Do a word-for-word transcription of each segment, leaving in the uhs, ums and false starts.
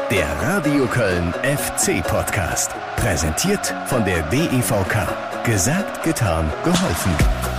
Der Radio Köln F C-Podcast. Präsentiert von der D E V K. Gesagt, getan, geholfen.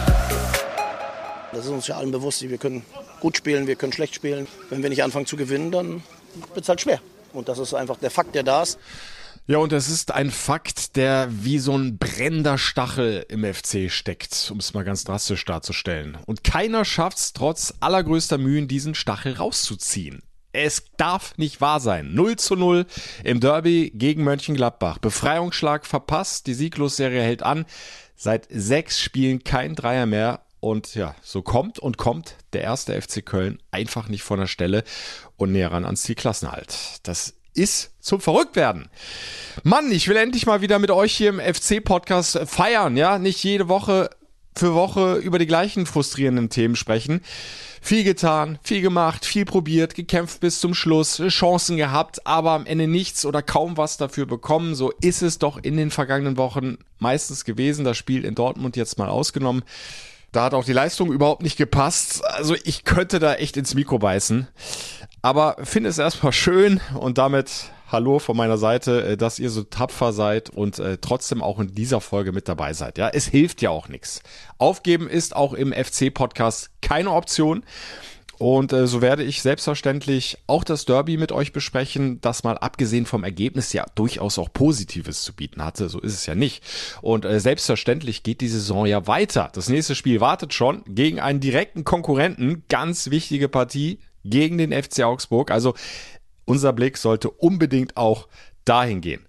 Das ist uns ja allen bewusst. Wir können gut spielen, wir können schlecht spielen. Wenn wir nicht anfangen zu gewinnen, dann wird es halt schwer. Und das ist einfach der Fakt, der da ist. Ja, und es ist ein Fakt, der wie so ein brennender Stachel im F C steckt, um es mal ganz drastisch darzustellen. Und keiner schafft es trotz allergrößter Mühen, diesen Stachel rauszuziehen. Es darf nicht wahr sein. null zu null im Derby gegen Mönchengladbach. Befreiungsschlag verpasst, die Sieglosserie hält an. Seit sechs Spielen kein Dreier mehr. Und ja, so kommt und kommt der erste F C Köln einfach nicht von der Stelle und näher ran ans Ziel Klassenerhalt. Das ist zum Verrücktwerden. Mann, ich will endlich mal wieder mit euch hier im F C-Podcast feiern, ja, nicht jede Woche für Woche über die gleichen frustrierenden Themen sprechen. Viel getan, viel gemacht, viel probiert, gekämpft bis zum Schluss, Chancen gehabt, aber am Ende nichts oder kaum was dafür bekommen. So ist es doch in den vergangenen Wochen meistens gewesen. Das Spiel in Dortmund jetzt mal ausgenommen. Da hat auch die Leistung überhaupt nicht gepasst. Also ich könnte da echt ins Mikro beißen. Aber finde es erstmal schön und damit hallo von meiner Seite, dass ihr so tapfer seid und äh, trotzdem auch in dieser Folge mit dabei seid. Ja, es hilft ja auch nichts. Aufgeben ist auch im F C-Podcast keine Option. Und äh, so werde ich selbstverständlich auch das Derby mit euch besprechen, das mal abgesehen vom Ergebnis ja durchaus auch Positives zu bieten hatte. So ist es ja nicht. Und äh, selbstverständlich geht die Saison ja weiter. Das nächste Spiel wartet schon gegen einen direkten Konkurrenten. Ganz wichtige Partie gegen den F C Augsburg. Also unser Blick sollte unbedingt auch dahin gehen.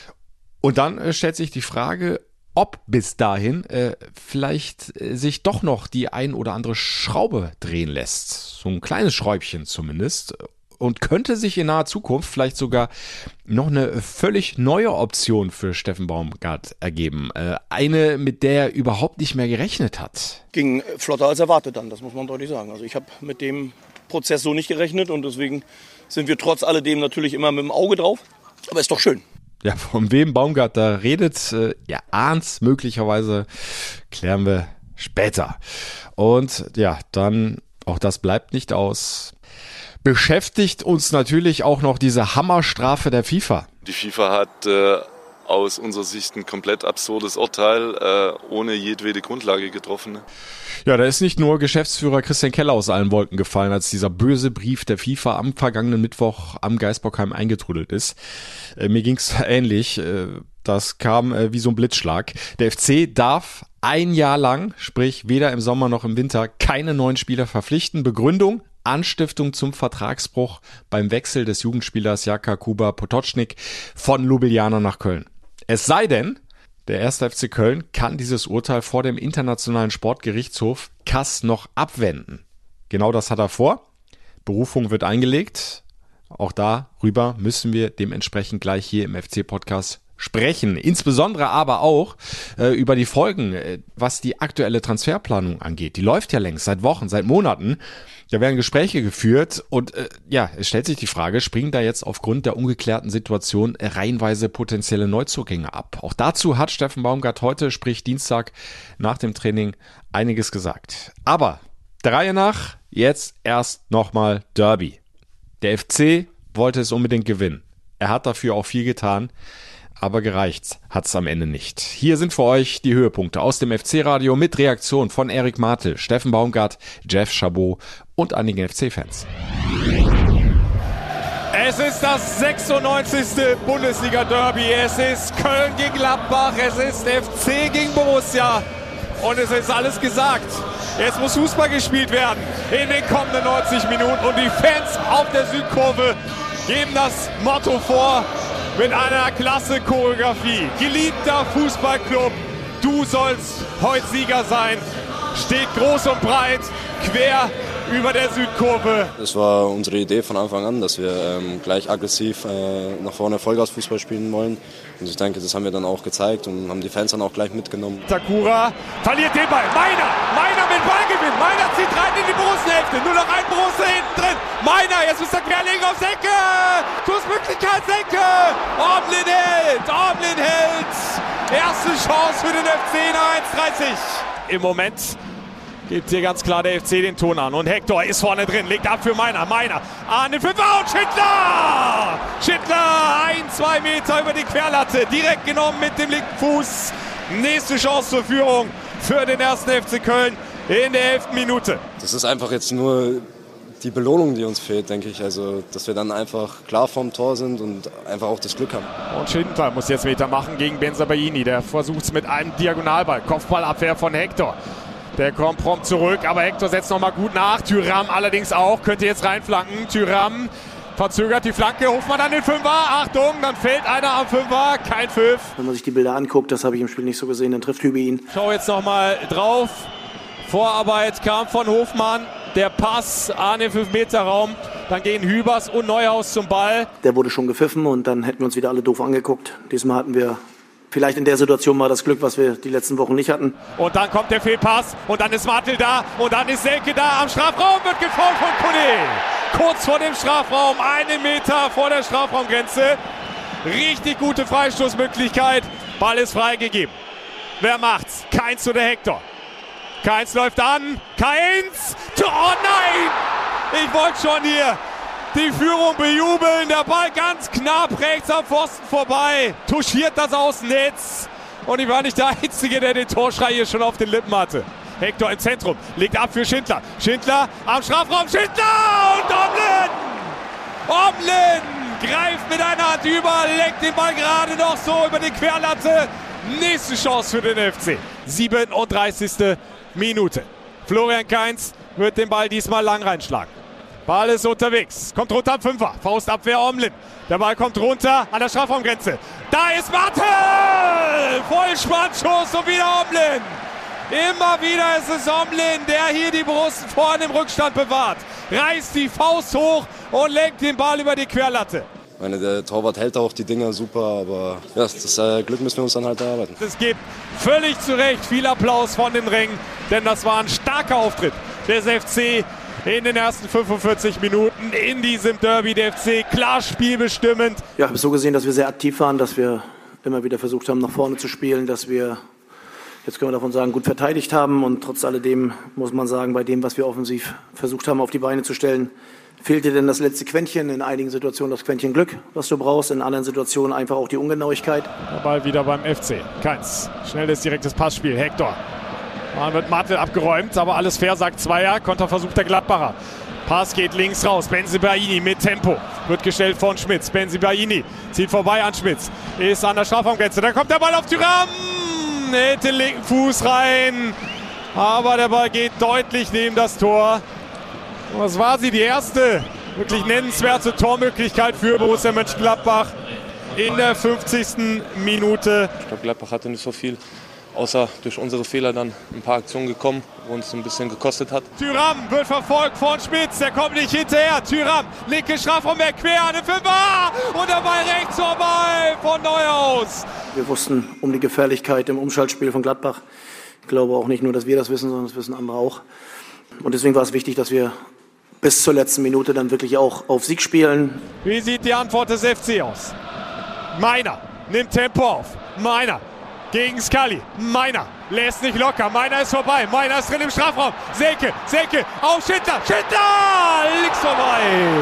Und dann äh, stellt sich die Frage, ob bis dahin äh, vielleicht äh, sich doch noch die ein oder andere Schraube drehen lässt. So ein kleines Schräubchen zumindest. Und könnte sich in naher Zukunft vielleicht sogar noch eine völlig neue Option für Steffen Baumgart ergeben. Äh, eine, mit der er überhaupt nicht mehr gerechnet hat. Ging flotter als erwartet dann, das muss man deutlich sagen. Also ich habe mit dem Prozess so nicht gerechnet und deswegen sind wir trotz alledem natürlich immer mit dem Auge drauf. Aber ist doch schön. Ja, von wem Baumgart da redet, äh, ihr ahnt's möglicherweise, klären wir später. Und ja, dann, auch das bleibt nicht aus, beschäftigt uns natürlich auch noch diese Hammerstrafe der FIFA. Die FIFA hat äh, aus unserer Sicht ein komplett absurdes Urteil äh, ohne jedwede Grundlage getroffen. Ja, da ist nicht nur Geschäftsführer Christian Keller aus allen Wolken gefallen, als dieser böse Brief der FIFA am vergangenen Mittwoch am Geisbockheim eingetrudelt ist. Äh, mir ging's ähnlich. Äh, das kam äh, wie so ein Blitzschlag. Der F C darf ein Jahr lang, sprich weder im Sommer noch im Winter, keine neuen Spieler verpflichten. Begründung: Anstiftung zum Vertragsbruch beim Wechsel des Jugendspielers Jaka Kuba Potočnik von Ljubljana nach Köln. Es sei denn, der erste F C Köln kann dieses Urteil vor dem Internationalen Sportgerichtshof K A S noch abwenden. Genau das hat er vor. Berufung wird eingelegt. Auch darüber müssen wir dementsprechend gleich hier im F C-Podcast sprechen. Insbesondere aber auch äh, über die Folgen, äh, was die aktuelle Transferplanung angeht. Die läuft ja längst, seit Wochen, seit Monaten. Da werden Gespräche geführt und äh, ja, es stellt sich die Frage, springen da jetzt aufgrund der ungeklärten Situation äh, reihenweise potenzielle Neuzugänge ab? Auch dazu hat Steffen Baumgart heute, sprich Dienstag nach dem Training, einiges gesagt. Aber der Reihe nach, jetzt erst nochmal Derby. Der F C wollte es unbedingt gewinnen. Er hat dafür auch viel getan. Aber gereicht hat's am Ende nicht. Hier sind für euch die Höhepunkte aus dem F C-Radio mit Reaktion von Erik Martel, Steffen Baumgart, Jeff Chabot und einigen F C-Fans. Es ist das sechsundneunzigste Bundesliga-Derby. Es ist Köln gegen Gladbach. Es ist F C gegen Borussia. Und es ist alles gesagt. Jetzt muss Fußball gespielt werden in den kommenden neunzig Minuten. Und die Fans auf der Südkurve geben das Motto vor: mit einer klasse Choreografie. Geliebter Fußballclub, du sollst heute Sieger sein. Steht groß und breit, quer über der Südkurve. Das war unsere Idee von Anfang an, dass wir ähm, gleich aggressiv äh, nach vorne Vollgas-Fußball spielen wollen. Und ich denke, das haben wir dann auch gezeigt und haben die Fans dann auch gleich mitgenommen. Takura verliert den Ball. Meiner, Meiner mit Ballgewinn. Meiner zieht rein in die Borussenhälfte. Nur noch ein Borussia hinten drin. Meiner, jetzt ist der Querlegen aufs Ecke. Schussmöglichkeit, Ecke. Omlin hält, Omlin hält. Erste Chance für den F C in eins dreißig. Im Moment gibt hier ganz klar der F C den Ton an. Und Hector ist vorne drin, legt ab für Meiner. Meiner an den Fünfer und Schindler! Schindler, ein, zwei Meter über die Querlatte, direkt genommen mit dem linken Fuß. Nächste Chance zur Führung für den ersten F C Köln in der elften Minute. Das ist einfach jetzt nur die Belohnung, die uns fehlt, denke ich. Also, dass wir dann einfach klar vorm Tor sind und einfach auch das Glück haben. Und Schindler muss jetzt Meter machen gegen Bensebaini. Der versucht es mit einem Diagonalball. Kopfballabwehr von Hector. Der kommt prompt zurück, aber Hector setzt nochmal gut nach. Thuram allerdings auch, könnte jetzt reinflanken. Thuram verzögert die Flanke, Hofmann an den Fünfer. Achtung, dann fällt einer am Fünfer, kein Pfiff. Wenn man sich die Bilder anguckt, das habe ich im Spiel nicht so gesehen, dann trifft Hübe ihn. Schau jetzt nochmal drauf. Vorarbeit kam von Hofmann. Der Pass an den fünf Meter Raum. Dann gehen Hübers und Neuhaus zum Ball. Der wurde schon gepfiffen und dann hätten wir uns wieder alle doof angeguckt. Diesmal hatten wir vielleicht in der Situation mal das Glück, was wir die letzten Wochen nicht hatten. Und dann kommt der Fehlpass und dann ist Martel da und dann ist Selke da am Strafraum, wird gefault von Kone. Kurz vor dem Strafraum, einen Meter vor der Strafraumgrenze. Richtig gute Freistoßmöglichkeit. Ball ist freigegeben. Wer macht's? Keins oder Hector? Keins läuft an. Keins. Oh nein! Ich wollte schon hier die Führung bejubeln. Der Ball ganz knapp rechts am Pfosten vorbei. Touchiert das Außennetz. Und ich war nicht der Einzige, der den Torschrei hier schon auf den Lippen hatte. Hector im Zentrum. Legt ab für Schindler. Schindler am Strafraum. Schindler! Und Omlin! Omlin greift mit einer Hand über. Leckt den Ball gerade noch so über die Querlatte. Nächste Chance für den F C. siebenunddreißigste Minute. Florian Kainz wird den Ball diesmal lang reinschlagen. Ball ist unterwegs. Kommt runter am Fünfer. Faustabwehr Omlin. Der Ball kommt runter an der Strafraumgrenze. Da ist Martel! Vollspannschuss und wieder Omlin. Immer wieder ist es Omlin, der hier die Brust vorne im Rückstand bewahrt. Reißt die Faust hoch und lenkt den Ball über die Querlatte. Ich meine, der Torwart hält auch die Dinger super, aber ja, das äh, Glück müssen wir uns dann halt erarbeiten. Es gibt völlig zu Recht viel Applaus von den Rängen, denn das war ein starker Auftritt des F C in den ersten fünfundvierzig Minuten in diesem Derby. Der F C klar spielbestimmend. Ja, ich habe so gesehen, dass wir sehr aktiv waren, dass wir immer wieder versucht haben, nach vorne zu spielen, dass wir, jetzt können wir davon sagen, gut verteidigt haben und trotz alledem muss man sagen, bei dem, was wir offensiv versucht haben, auf die Beine zu stellen, fehlte denn das letzte Quäntchen, in einigen Situationen das Quäntchen Glück, was du brauchst, in anderen Situationen einfach auch die Ungenauigkeit. Der Ball wieder beim F C. Keins. Schnelles, direktes Passspiel. Hector. Mal wird Martel abgeräumt, aber alles fair, sagt Zweier. Konterversuch der Gladbacher. Pass geht links raus. Bensebaini mit Tempo. Wird gestellt von Schmitz. Bensebaini zieht vorbei an Schmitz. Ist an der Strafraumgrenze. Dann kommt der Ball auf Thuram. Hält den linken Fuß rein. Aber der Ball geht deutlich neben das Tor. Was war sie? Die erste wirklich nennenswerte Tormöglichkeit für Borussia Mönchengladbach in der fünfzigsten Minute. Ich glaube, Gladbach hatte nicht so viel, außer durch unsere Fehler dann ein paar Aktionen gekommen, wo uns ein bisschen gekostet hat. Thuram wird verfolgt von Spitz, der kommt nicht hinterher. Thuram, linke Strafraum, quer an den Fünfer und der Ball rechts vorbei von Neuhaus. Wir wussten um die Gefährlichkeit im Umschaltspiel von Gladbach. Ich glaube auch nicht nur, dass wir das wissen, sondern das wissen andere auch. Und deswegen war es wichtig, dass wir bis zur letzten Minute dann wirklich auch auf Sieg spielen. Wie sieht die Antwort des F C aus? Meiner nimmt Tempo auf. Meiner gegen Scully. Meiner lässt nicht locker. Meiner ist vorbei. Meiner ist drin im Strafraum. Selke, Selke auf Schindler. Schindler! Links vorbei.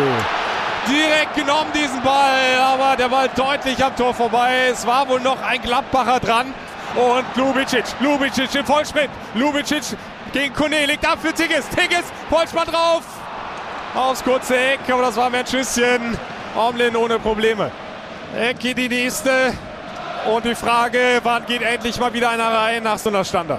Direkt genommen diesen Ball, aber der Ball deutlich am Tor vorbei. Es war wohl noch ein Gladbacher dran. Und Lubicic, Lubicic im Vollsprint. Lubicic gegen Kone, legt ab für Tigges. Tigges, Vollspann drauf. Aufs kurze Eck, aber das war mehr ein Schüsschen. Omlin ohne Probleme. Ecke die nächste. Und die Frage, wann geht endlich mal wieder einer rein nach so einer Standard?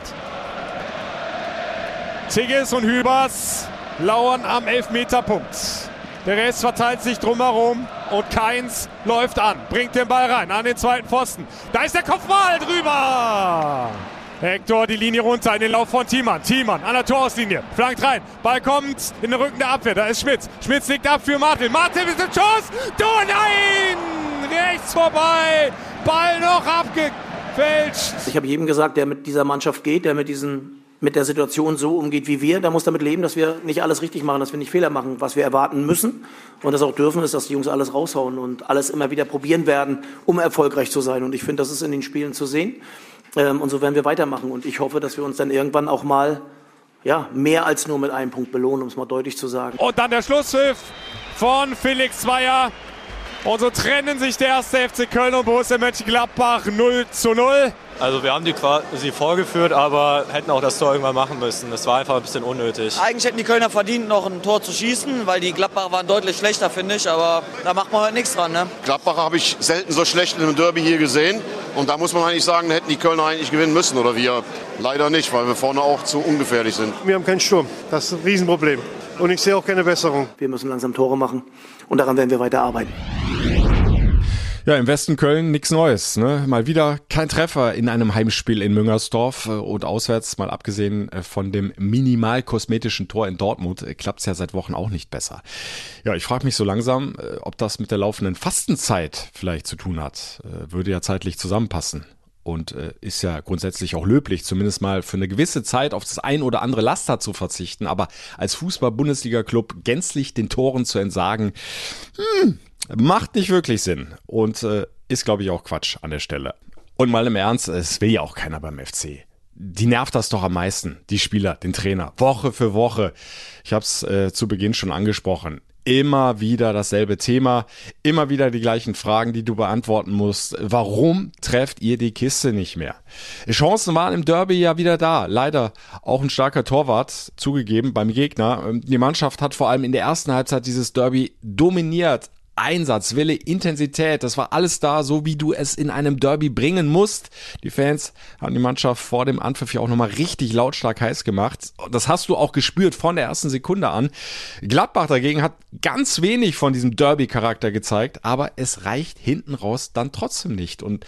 Tigges und Hübers lauern am Elfmeterpunkt. Der Rest verteilt sich drumherum und Kainz läuft an, bringt den Ball rein an den zweiten Pfosten. Da ist der Kopfball drüber. Hector die Linie runter in den Lauf von Thiemann. Thiemann an der Torauslinie, flankt rein. Ball kommt in den Rücken der Abwehr, da ist Schmitz. Schmitz legt ab für Martin. Martin ist im Schuss. Oh nein! Rechts vorbei. Ball noch abgefälscht. Ich habe jedem gesagt, der mit dieser Mannschaft geht, der mit diesen mit der Situation so umgeht wie wir, der muss damit leben, dass wir nicht alles richtig machen, dass wir nicht Fehler machen. Was wir erwarten müssen und das auch dürfen, ist, dass die Jungs alles raushauen und alles immer wieder probieren werden, um erfolgreich zu sein. Und ich finde, das ist in den Spielen zu sehen. Und so werden wir weitermachen. Und ich hoffe, dass wir uns dann irgendwann auch mal ja, mehr als nur mit einem Punkt belohnen, um es mal deutlich zu sagen. Und dann der Schlusspfiff von Felix Zweier. Und so trennen sich der erste F C Köln und Borussia Mönchengladbach null zu null. Also wir haben die quasi vorgeführt, aber hätten auch das Tor irgendwann machen müssen. Das war einfach ein bisschen unnötig. Eigentlich hätten die Kölner verdient, noch ein Tor zu schießen, weil die Gladbacher waren deutlich schlechter, finde ich. Aber da macht man halt nichts dran. Ne? Gladbacher habe ich selten so schlecht in einem Derby hier gesehen. Und da muss man eigentlich sagen, hätten die Kölner eigentlich gewinnen müssen. Oder wir leider nicht, weil wir vorne auch zu ungefährlich sind. Wir haben keinen Sturm. Das ist ein Riesenproblem. Und ich sehe auch keine Besserung. Wir müssen langsam Tore machen und daran werden wir weiter arbeiten. Ja, im Westen Köln nichts Neues. Ne? Mal wieder kein Treffer in einem Heimspiel in Müngersdorf und auswärts, mal abgesehen von dem minimal kosmetischen Tor in Dortmund, klappt es ja seit Wochen auch nicht besser. Ja, ich frage mich so langsam, ob das mit der laufenden Fastenzeit vielleicht zu tun hat. Würde ja zeitlich zusammenpassen. Und äh, ist ja grundsätzlich auch löblich, zumindest mal für eine gewisse Zeit auf das ein oder andere Laster zu verzichten. Aber als Fußball-Bundesliga-Club gänzlich den Toren zu entsagen, hm, macht nicht wirklich Sinn. Und äh, ist, glaube ich, auch Quatsch an der Stelle. Und mal im Ernst, es will ja auch keiner beim F C. Die nervt das doch am meisten, die Spieler, den Trainer, Woche für Woche. Ich habe es äh, zu Beginn schon angesprochen. Immer wieder dasselbe Thema, immer wieder die gleichen Fragen, die du beantworten musst. Warum trefft ihr die Kiste nicht mehr? Chancen waren im Derby ja wieder da. Leider auch ein starker Torwart, zugegeben, beim Gegner. Die Mannschaft hat vor allem in der ersten Halbzeit dieses Derby dominiert. Einsatz, Wille, Intensität, das war alles da, so wie du es in einem Derby bringen musst. Die Fans haben die Mannschaft vor dem Anpfiff ja auch nochmal richtig lautstark heiß gemacht. Das hast du auch gespürt von der ersten Sekunde an. Gladbach dagegen hat ganz wenig von diesem Derby-Charakter gezeigt, aber es reicht hinten raus dann trotzdem nicht. Und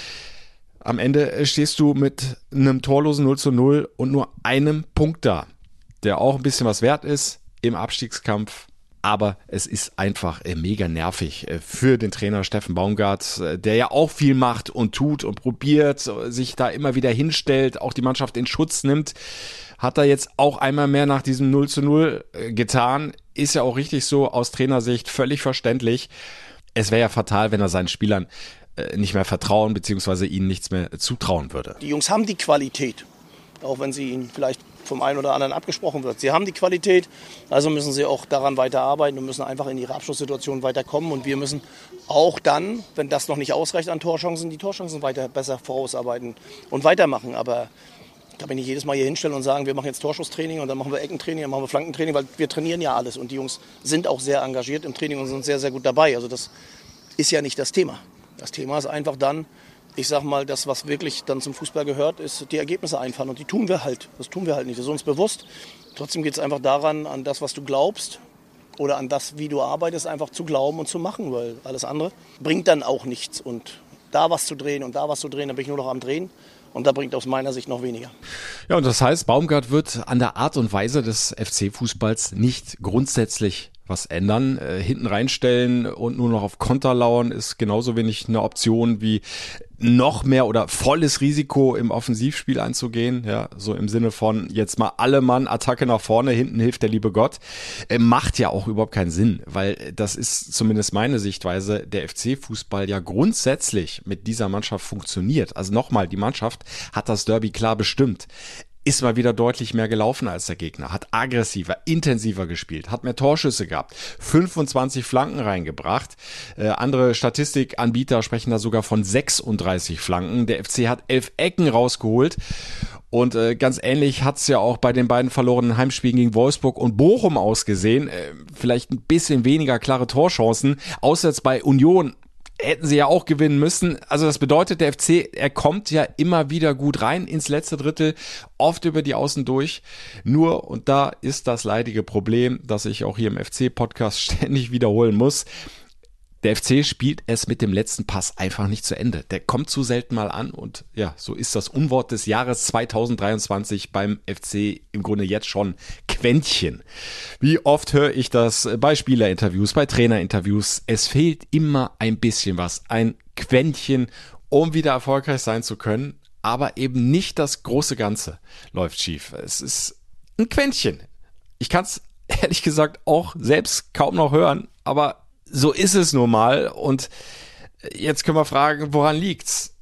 am Ende stehst du mit einem torlosen null zu null und nur einem Punkt da, der auch ein bisschen was wert ist im Abstiegskampf. Aber es ist einfach mega nervig für den Trainer Steffen Baumgart, der ja auch viel macht und tut und probiert, sich da immer wieder hinstellt, auch die Mannschaft in Schutz nimmt. Hat er jetzt auch einmal mehr nach diesem null zu null getan. Ist ja auch richtig so, aus Trainersicht völlig verständlich. Es wäre ja fatal, wenn er seinen Spielern nicht mehr vertrauen bzw. ihnen nichts mehr zutrauen würde. Die Jungs haben die Qualität, auch wenn sie ihnen vielleicht vom einen oder anderen abgesprochen wird. Sie haben die Qualität, also müssen sie auch daran weiterarbeiten und müssen einfach in ihre Abschlusssituation weiterkommen. Und wir müssen auch dann, wenn das noch nicht ausreicht an Torchancen, die Torchancen weiter besser vorausarbeiten und weitermachen. Aber ich kann mich nicht jedes Mal hier hinstellen und sagen, wir machen jetzt Torschusstraining und dann machen wir Eckentraining, dann machen wir Flankentraining, weil wir trainieren ja alles. Und die Jungs sind auch sehr engagiert im Training und sind sehr, sehr gut dabei. Also das ist ja nicht das Thema. Das Thema ist einfach dann, ich sag mal, das, was wirklich dann zum Fußball gehört, ist die Ergebnisse einfahren. Und die tun wir halt. Das tun wir halt nicht. Das ist uns bewusst. Trotzdem geht es einfach daran, an das, was du glaubst oder an das, wie du arbeitest, einfach zu glauben und zu machen. Weil alles andere bringt dann auch nichts. Und da was zu drehen und da was zu drehen, da bin ich nur noch am Drehen. Und da bringt aus meiner Sicht noch weniger. Ja, und das heißt, Baumgart wird an der Art und Weise des F C-Fußballs nicht grundsätzlich was ändern. Äh, hinten reinstellen und nur noch auf Konter lauern ist genauso wenig eine Option wie noch mehr oder volles Risiko im Offensivspiel einzugehen. Ja, so im Sinne von jetzt mal alle Mann, Attacke nach vorne, hinten hilft der liebe Gott. Äh, macht ja auch überhaupt keinen Sinn, weil das ist zumindest meine Sichtweise, der F C-Fußball ja grundsätzlich mit dieser Mannschaft funktioniert. Also nochmal, die Mannschaft hat das Derby klar bestimmt. Ist mal wieder deutlich mehr gelaufen als der Gegner, hat aggressiver, intensiver gespielt, hat mehr Torschüsse gehabt, fünfundzwanzig Flanken reingebracht. Äh, andere Statistikanbieter sprechen da sogar von sechsunddreißig Flanken. Der F C hat elf Ecken rausgeholt. Und äh, ganz ähnlich hat's ja auch bei den beiden verlorenen Heimspielen gegen Wolfsburg und Bochum ausgesehen. Äh, vielleicht ein bisschen weniger klare Torchancen. Auswärts bei Union hätten sie ja auch gewinnen müssen. Also das bedeutet, der F C, er kommt ja immer wieder gut rein ins letzte Drittel, oft über die Außen durch. Nur, und da ist das leidige Problem, das ich auch hier im F C-Podcast ständig wiederholen muss, der F C spielt es mit dem letzten Pass einfach nicht zu Ende. Der kommt zu selten mal an und ja, so ist das Unwort des Jahres zweitausenddreiundzwanzig beim F C im Grunde jetzt schon Quäntchen. Wie oft höre ich das bei Spielerinterviews, bei Trainerinterviews? Es fehlt immer ein bisschen was, ein Quäntchen, um wieder erfolgreich sein zu können, aber eben nicht das große Ganze läuft schief. Es ist ein Quäntchen. Ich kann es ehrlich gesagt auch selbst kaum noch hören, aber so ist es nun mal und jetzt können wir fragen, woran liegt's?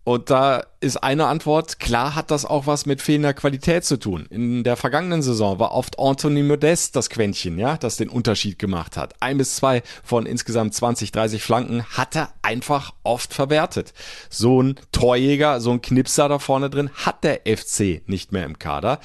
Und da ist eine Antwort, klar hat das auch was mit fehlender Qualität zu tun. In der vergangenen Saison war oft Anthony Modeste das Quäntchen, ja, das den Unterschied gemacht hat. Ein bis zwei von insgesamt zwanzig, dreißig Flanken hat er einfach oft verwertet. So ein Torjäger, so ein Knipser da vorne drin hat der F C nicht mehr im Kader.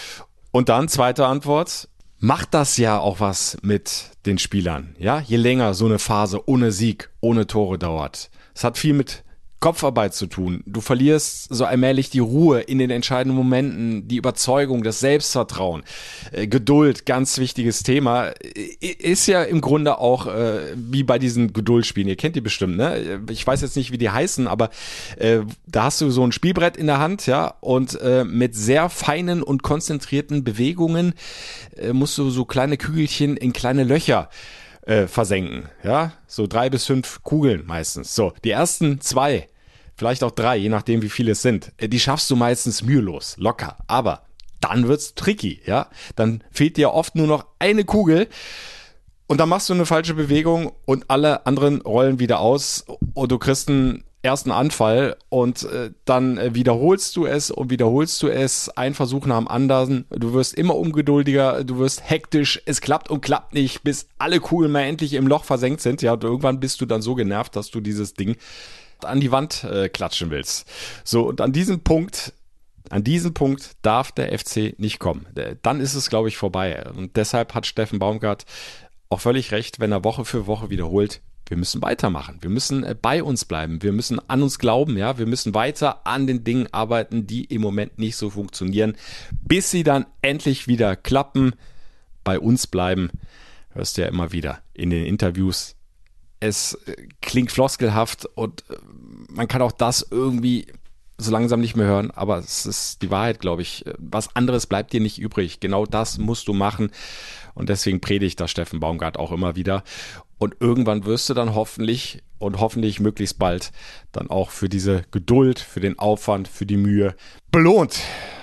Und dann zweite Antwort, macht das ja auch was mit den Spielern, ja? Je länger so eine Phase ohne Sieg, ohne Tore dauert. Es hat viel mit Kopfarbeit zu tun. Du verlierst so allmählich die Ruhe in den entscheidenden Momenten, die Überzeugung, das Selbstvertrauen, äh, Geduld, ganz wichtiges Thema. Ist ja im Grunde auch äh, wie bei diesen Geduldspielen. Ihr kennt die bestimmt, ne? Ich weiß jetzt nicht, wie die heißen, aber äh, da hast du so ein Spielbrett in der Hand, ja, und äh, mit sehr feinen und konzentrierten Bewegungen äh, musst du so kleine Kügelchen in kleine Löcher äh, versenken, ja, so drei bis fünf Kugeln meistens. So, die ersten zwei, vielleicht auch drei, je nachdem wie viele es sind, die schaffst du meistens mühelos, locker, aber dann wird's tricky, ja, dann fehlt dir oft nur noch eine Kugel und dann machst du eine falsche Bewegung und alle anderen rollen wieder aus und du kriegst einen ersten Anfall und äh, dann äh, wiederholst du es und wiederholst du es, ein Versuch nach dem anderen, du wirst immer ungeduldiger, du wirst hektisch, es klappt und klappt nicht, bis alle Kugeln mal endlich im Loch versenkt sind, ja, und irgendwann bist du dann so genervt, dass du dieses Ding an die Wand äh, klatschen willst. So, und an diesem Punkt, an diesem Punkt darf der F C nicht kommen. Dann ist es, glaube ich, vorbei. Und deshalb hat Steffen Baumgart auch völlig recht, wenn er Woche für Woche wiederholt, wir müssen weitermachen. Wir müssen äh, bei uns bleiben. Wir müssen an uns glauben, ja. Wir müssen weiter an den Dingen arbeiten, die im Moment nicht so funktionieren, bis sie dann endlich wieder klappen. Bei uns bleiben, hörst du ja immer wieder in den Interviews. Es klingt floskelhaft und man kann auch das irgendwie so langsam nicht mehr hören, aber es ist die Wahrheit, glaube ich. Was anderes bleibt dir nicht übrig. Genau das musst du machen und deswegen predigt das Steffen Baumgart auch immer wieder. Und irgendwann wirst du dann hoffentlich und hoffentlich möglichst bald dann auch für diese Geduld, für den Aufwand, für die Mühe belohnt.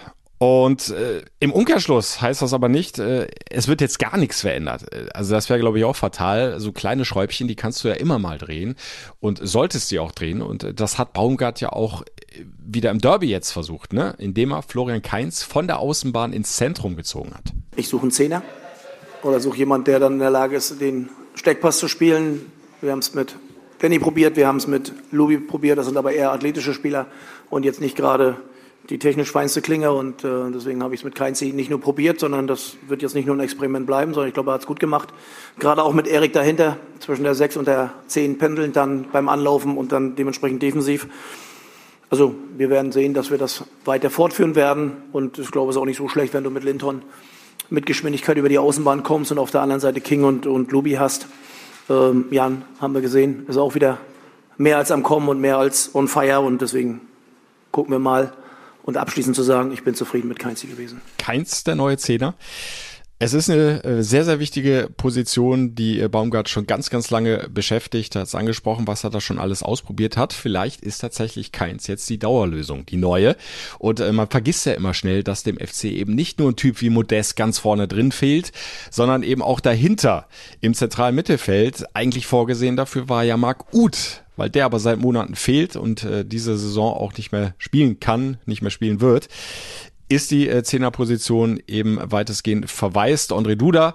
Und äh, im Umkehrschluss heißt das aber nicht, äh, es wird jetzt gar nichts verändert. Also das wäre, glaube ich, auch fatal. So kleine Schräubchen, die kannst du ja immer mal drehen und solltest die auch drehen. Und das hat Baumgart ja auch wieder im Derby jetzt versucht, ne? Indem er Florian Kainz von der Außenbahn ins Zentrum gezogen hat. Ich suche einen Zehner oder suche jemand, der dann in der Lage ist, den Steckpass zu spielen. Wir haben es mit Danny probiert, wir haben es mit Lubi probiert. Das sind aber eher athletische Spieler und jetzt nicht gerade die technisch feinste Klinge und äh, deswegen habe ich es mit Kainz nicht nur probiert, sondern das wird jetzt nicht nur ein Experiment bleiben, sondern ich glaube, er hat es gut gemacht. Gerade auch mit Erik dahinter, zwischen der sechs und der zehn pendelnd dann beim Anlaufen und dann dementsprechend defensiv. Also wir werden sehen, dass wir das weiter fortführen werden und ich glaube, es ist auch nicht so schlecht, wenn du mit Linton mit Geschwindigkeit über die Außenbahn kommst und auf der anderen Seite King und, und Lubi hast. Ähm, Jan, haben wir gesehen, ist auch wieder mehr als am Kommen und mehr als on fire und deswegen gucken wir mal. Und abschließend zu sagen, ich bin zufrieden mit Kainz gewesen. Kainz, der neue Zehner. Es ist eine sehr, sehr wichtige Position, die Baumgart schon ganz, ganz lange beschäftigt. Er hat es angesprochen, was er da schon alles ausprobiert hat. Vielleicht ist tatsächlich Kainz jetzt die Dauerlösung, die neue. Und äh, man vergisst ja immer schnell, dass dem F C eben nicht nur ein Typ wie Modeste ganz vorne drin fehlt, sondern eben auch dahinter im zentralen Mittelfeld. Eigentlich vorgesehen dafür war ja Marc Uth, weil der aber seit Monaten fehlt und äh, diese Saison auch nicht mehr spielen kann, nicht mehr spielen wird, ist die äh, Zehnerposition eben weitestgehend verwaist. Ondrej Duda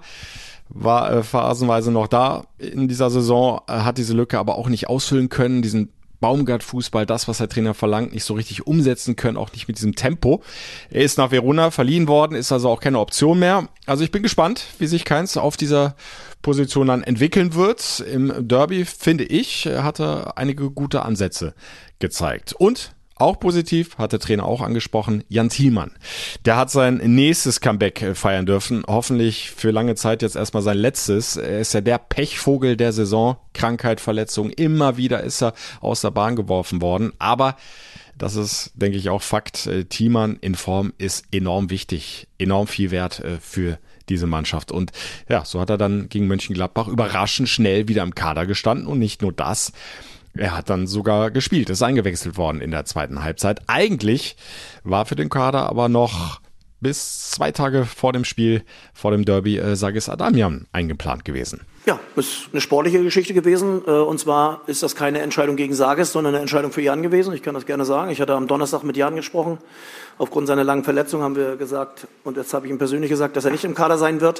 war äh, phasenweise noch da in dieser Saison, äh, hat diese Lücke aber auch nicht ausfüllen können, diesen Baumgart-Fußball, das, was der Trainer verlangt, nicht so richtig umsetzen können, auch nicht mit diesem Tempo. Er ist nach Verona verliehen worden, ist also auch keine Option mehr. Also ich bin gespannt, wie sich Kainz auf dieser Position dann entwickeln wird. Im Derby, finde ich, hat er einige gute Ansätze gezeigt. Und auch positiv, hat der Trainer auch angesprochen, Jan Thielmann. Der hat sein nächstes Comeback feiern dürfen. Hoffentlich für lange Zeit jetzt erstmal sein letztes. Er ist ja der Pechvogel der Saison. Krankheit, Verletzung. Immer wieder ist er aus der Bahn geworfen worden. Aber das ist, denke ich, auch Fakt. Thielmann in Form ist enorm wichtig. Enorm viel wert für diese Mannschaft. Und ja, so hat er dann gegen Mönchengladbach überraschend schnell wieder im Kader gestanden. Und nicht nur das. Er hat dann sogar gespielt, ist eingewechselt worden in der zweiten Halbzeit. Eigentlich war für den Kader aber noch bis zwei Tage vor dem Spiel, vor dem Derby, äh, Sagis Adamian eingeplant gewesen. Ja, ist eine sportliche Geschichte gewesen. Und zwar ist das keine Entscheidung gegen Sagis, sondern eine Entscheidung für Jan gewesen. Ich kann das gerne sagen. Ich hatte am Donnerstag mit Jan gesprochen. Aufgrund seiner langen Verletzung haben wir gesagt, und jetzt habe ich ihm persönlich gesagt, dass er nicht im Kader sein wird,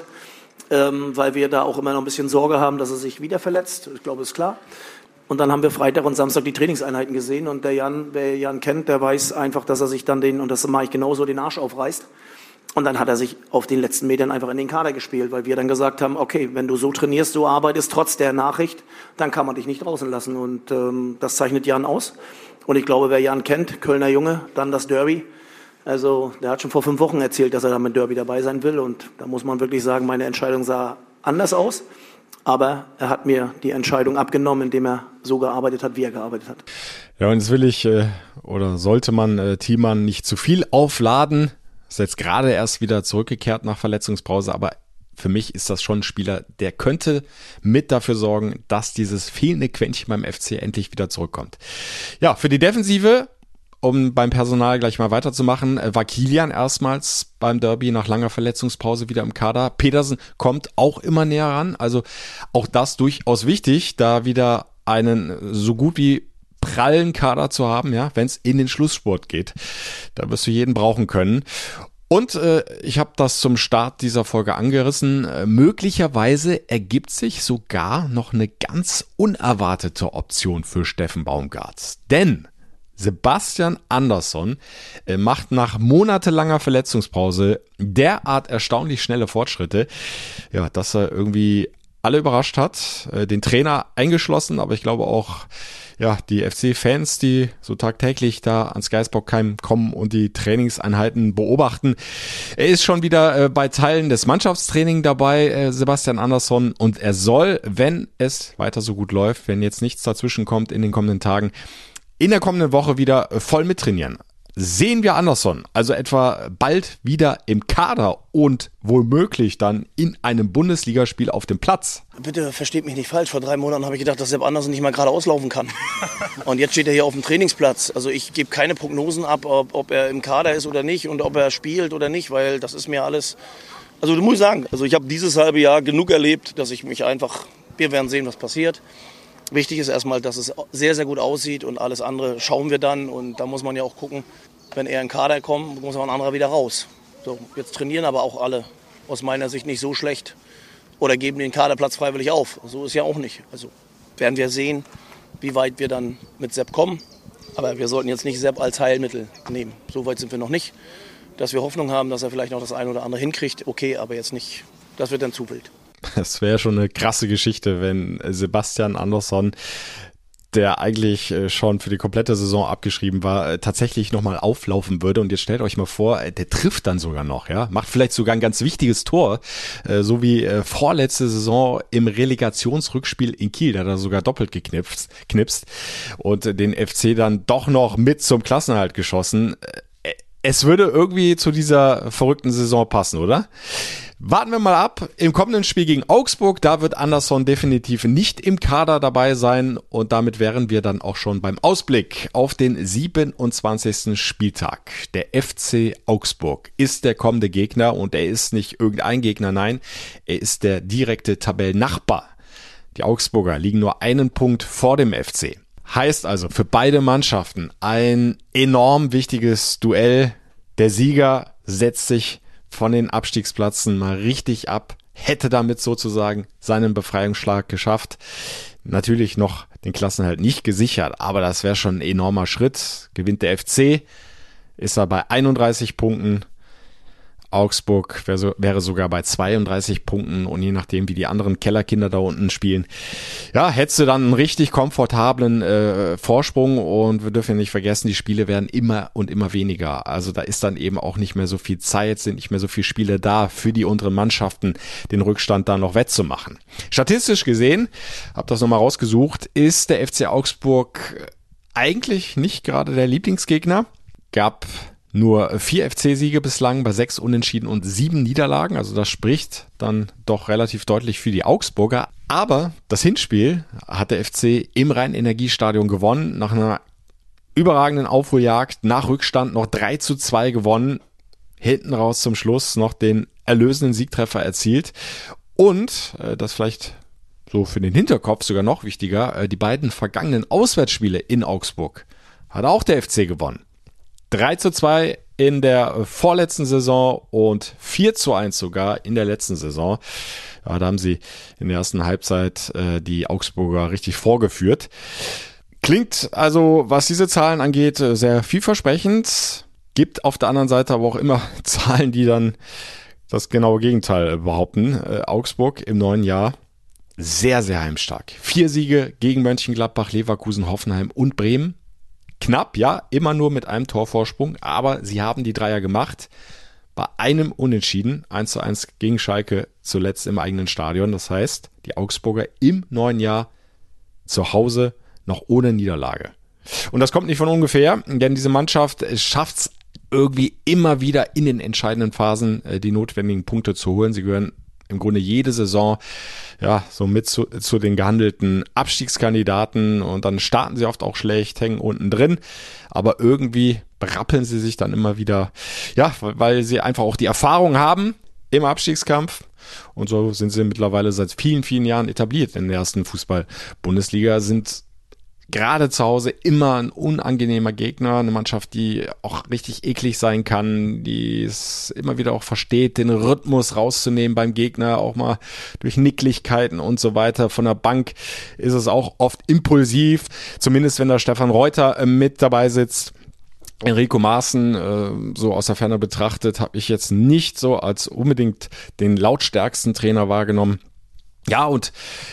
weil wir da auch immer noch ein bisschen Sorge haben, dass er sich wieder verletzt. Ich glaube, ist klar. Und dann haben wir Freitag und Samstag die Trainingseinheiten gesehen. Und der Jan, wer Jan kennt, der weiß einfach, dass er sich dann den, und das mache ich genauso, den Arsch aufreißt. Und dann hat er sich auf den letzten Metern einfach in den Kader gespielt, weil wir dann gesagt haben, okay, wenn du so trainierst, so arbeitest, trotz der Nachricht, dann kann man dich nicht draußen lassen. Und ähm, das zeichnet Jan aus. Und ich glaube, wer Jan kennt, Kölner Junge, dann das Derby. Also der hat schon vor fünf Wochen erzählt, dass er da mit Derby dabei sein will. Und da muss man wirklich sagen, meine Entscheidung sah anders aus. Aber er hat mir die Entscheidung abgenommen, indem er so gearbeitet hat, wie er gearbeitet hat. Ja, und jetzt will ich, äh, oder sollte man äh, Thiemann nicht zu viel aufladen. Ist jetzt gerade erst wieder zurückgekehrt nach Verletzungspause, aber für mich ist das schon ein Spieler, der könnte mit dafür sorgen, dass dieses fehlende Quäntchen beim F C endlich wieder zurückkommt. Ja, für die Defensive, um beim Personal gleich mal weiterzumachen, war Kilian erstmals beim Derby nach langer Verletzungspause wieder im Kader. Pedersen kommt auch immer näher ran, also auch das durchaus wichtig, da wieder einen so gut wie prallen Kader zu haben, ja, wenn es in den Schlussspurt geht. Da wirst du jeden brauchen können. Und äh, ich habe das zum Start dieser Folge angerissen. Äh, möglicherweise ergibt sich sogar noch eine ganz unerwartete Option für Steffen Baumgart. Denn Sebastian Andersson äh, macht nach monatelanger Verletzungspause derart erstaunlich schnelle Fortschritte, ja, dass er irgendwie alle überrascht hat, äh, den Trainer eingeschlossen, aber ich glaube auch ja, die F C-Fans, die so tagtäglich da ans Geisbockheim kommen und die Trainingseinheiten beobachten. Er ist schon wieder äh, bei Teilen des Mannschaftstrainings dabei, äh, Sebastian Andersson, und er soll, wenn es weiter so gut läuft, wenn jetzt nichts dazwischen kommt in den kommenden Tagen, in der kommenden Woche wieder äh, voll mittrainieren. Sehen wir Andersson also etwa bald wieder im Kader und womöglich dann in einem Bundesligaspiel auf dem Platz? Bitte versteht mich nicht falsch. Vor drei Monaten habe ich gedacht, dass Sepp Andersson nicht mal gerade auslaufen kann. Und jetzt steht er hier auf dem Trainingsplatz. Also ich gebe keine Prognosen ab, ob, ob er im Kader ist oder nicht und ob er spielt oder nicht, weil das ist mir alles... Also du musst sagen, also ich habe dieses halbe Jahr genug erlebt, dass ich mich einfach... Wir werden sehen, was passiert. Wichtig ist erstmal, dass es sehr, sehr gut aussieht und alles andere schauen wir dann. Und da muss man ja auch gucken, wenn er in den Kader kommt, muss auch ein anderer wieder raus. So, jetzt trainieren aber auch alle aus meiner Sicht nicht so schlecht oder geben den Kaderplatz freiwillig auf. So ist ja auch nicht. Also werden wir sehen, wie weit wir dann mit Sepp kommen. Aber wir sollten jetzt nicht Sepp als Heilmittel nehmen. So weit sind wir noch nicht. Dass wir Hoffnung haben, dass er vielleicht noch das eine oder andere hinkriegt, okay, aber jetzt nicht. Das wird dann zu wild. Das wäre schon eine krasse Geschichte, wenn Sebastian Andersson, der eigentlich schon für die komplette Saison abgeschrieben war, tatsächlich nochmal auflaufen würde. Und jetzt stellt euch mal vor, der trifft dann sogar noch, ja, macht vielleicht sogar ein ganz wichtiges Tor, so wie vorletzte Saison im Relegationsrückspiel in Kiel, da hat er sogar doppelt geknipst, knipst und den F C dann doch noch mit zum Klassenerhalt geschossen. Es würde irgendwie zu dieser verrückten Saison passen, oder? Warten wir mal ab. Im kommenden Spiel gegen Augsburg, da wird Andersson definitiv nicht im Kader dabei sein. Und damit wären wir dann auch schon beim Ausblick auf den siebenundzwanzigsten Spieltag. Der F C Augsburg ist der kommende Gegner und er ist nicht irgendein Gegner, nein, er ist der direkte Tabellennachbar. Die Augsburger liegen nur einen Punkt vor dem F C. Heißt also für beide Mannschaften ein enorm wichtiges Duell. Der Sieger setzt sich von den Abstiegsplätzen mal richtig ab, hätte damit sozusagen seinen Befreiungsschlag geschafft. Natürlich noch den Klassenerhalt nicht gesichert, aber das wäre schon ein enormer Schritt. Gewinnt der F C, ist er bei einunddreißig Punkten. Augsburg wäre, so, wäre sogar bei zweiunddreißig Punkten und je nachdem, wie die anderen Kellerkinder da unten spielen, ja, hättest du dann einen richtig komfortablen äh, Vorsprung und wir dürfen nicht vergessen, die Spiele werden immer und immer weniger. Also da ist dann eben auch nicht mehr so viel Zeit, sind nicht mehr so viele Spiele da für die unteren Mannschaften, den Rückstand da noch wettzumachen. Statistisch gesehen, habe das nochmal rausgesucht, ist der F C Augsburg eigentlich nicht gerade der Lieblingsgegner. Gab nur vier F C-Siege bislang bei sechs Unentschieden und sieben Niederlagen. Also das spricht dann doch relativ deutlich für die Augsburger. Aber das Hinspiel hat der F C im Rhein-Energiestadion gewonnen. Nach einer überragenden Aufholjagd, nach Rückstand noch drei zu zwei gewonnen. hinten raus zum Schluss noch den erlösenden Siegtreffer erzielt. Und, äh, das vielleicht so für den Hinterkopf sogar noch wichtiger, äh, die beiden vergangenen Auswärtsspiele in Augsburg hat auch der F C gewonnen. drei zu zwei in der vorletzten Saison und vier zu eins sogar in der letzten Saison. Ja, da haben sie in der ersten Halbzeit äh, die Augsburger richtig vorgeführt. Klingt also, was diese Zahlen angeht, sehr vielversprechend. Gibt auf der anderen Seite aber auch immer Zahlen, die dann das genaue Gegenteil behaupten. Äh, Augsburg im neuen Jahr sehr, sehr heimstark. Vier Siege gegen Mönchengladbach, Leverkusen, Hoffenheim und Bremen. Knapp, ja, immer nur mit einem Torvorsprung, aber sie haben die Dreier gemacht. Bei einem Unentschieden, eins zu eins gegen Schalke, zuletzt im eigenen Stadion. Das heißt, die Augsburger im neuen Jahr zu Hause noch ohne Niederlage. Und das kommt nicht von ungefähr, denn diese Mannschaft schafft es irgendwie immer wieder in den entscheidenden Phasen die notwendigen Punkte zu holen. Sie gehören im Grunde jede Saison ja so mit zu, zu den gehandelten Abstiegskandidaten und dann starten sie oft auch schlecht, hängen unten drin, aber irgendwie brappeln sie sich dann immer wieder, ja, weil sie einfach auch die Erfahrung haben im Abstiegskampf und so sind sie mittlerweile seit vielen, vielen Jahren etabliert in der ersten Fußball-Bundesliga, sind gerade zu Hause immer ein unangenehmer Gegner, eine Mannschaft, die auch richtig eklig sein kann, die es immer wieder auch versteht, den Rhythmus rauszunehmen beim Gegner, auch mal durch Nicklichkeiten und so weiter. Von der Bank ist es auch oft impulsiv, zumindest wenn da Stefan Reuter äh, mit dabei sitzt. Enrico Maaßen, äh, so aus der Ferne betrachtet, habe ich jetzt nicht so als unbedingt den lautstärksten Trainer wahrgenommen. Ja, und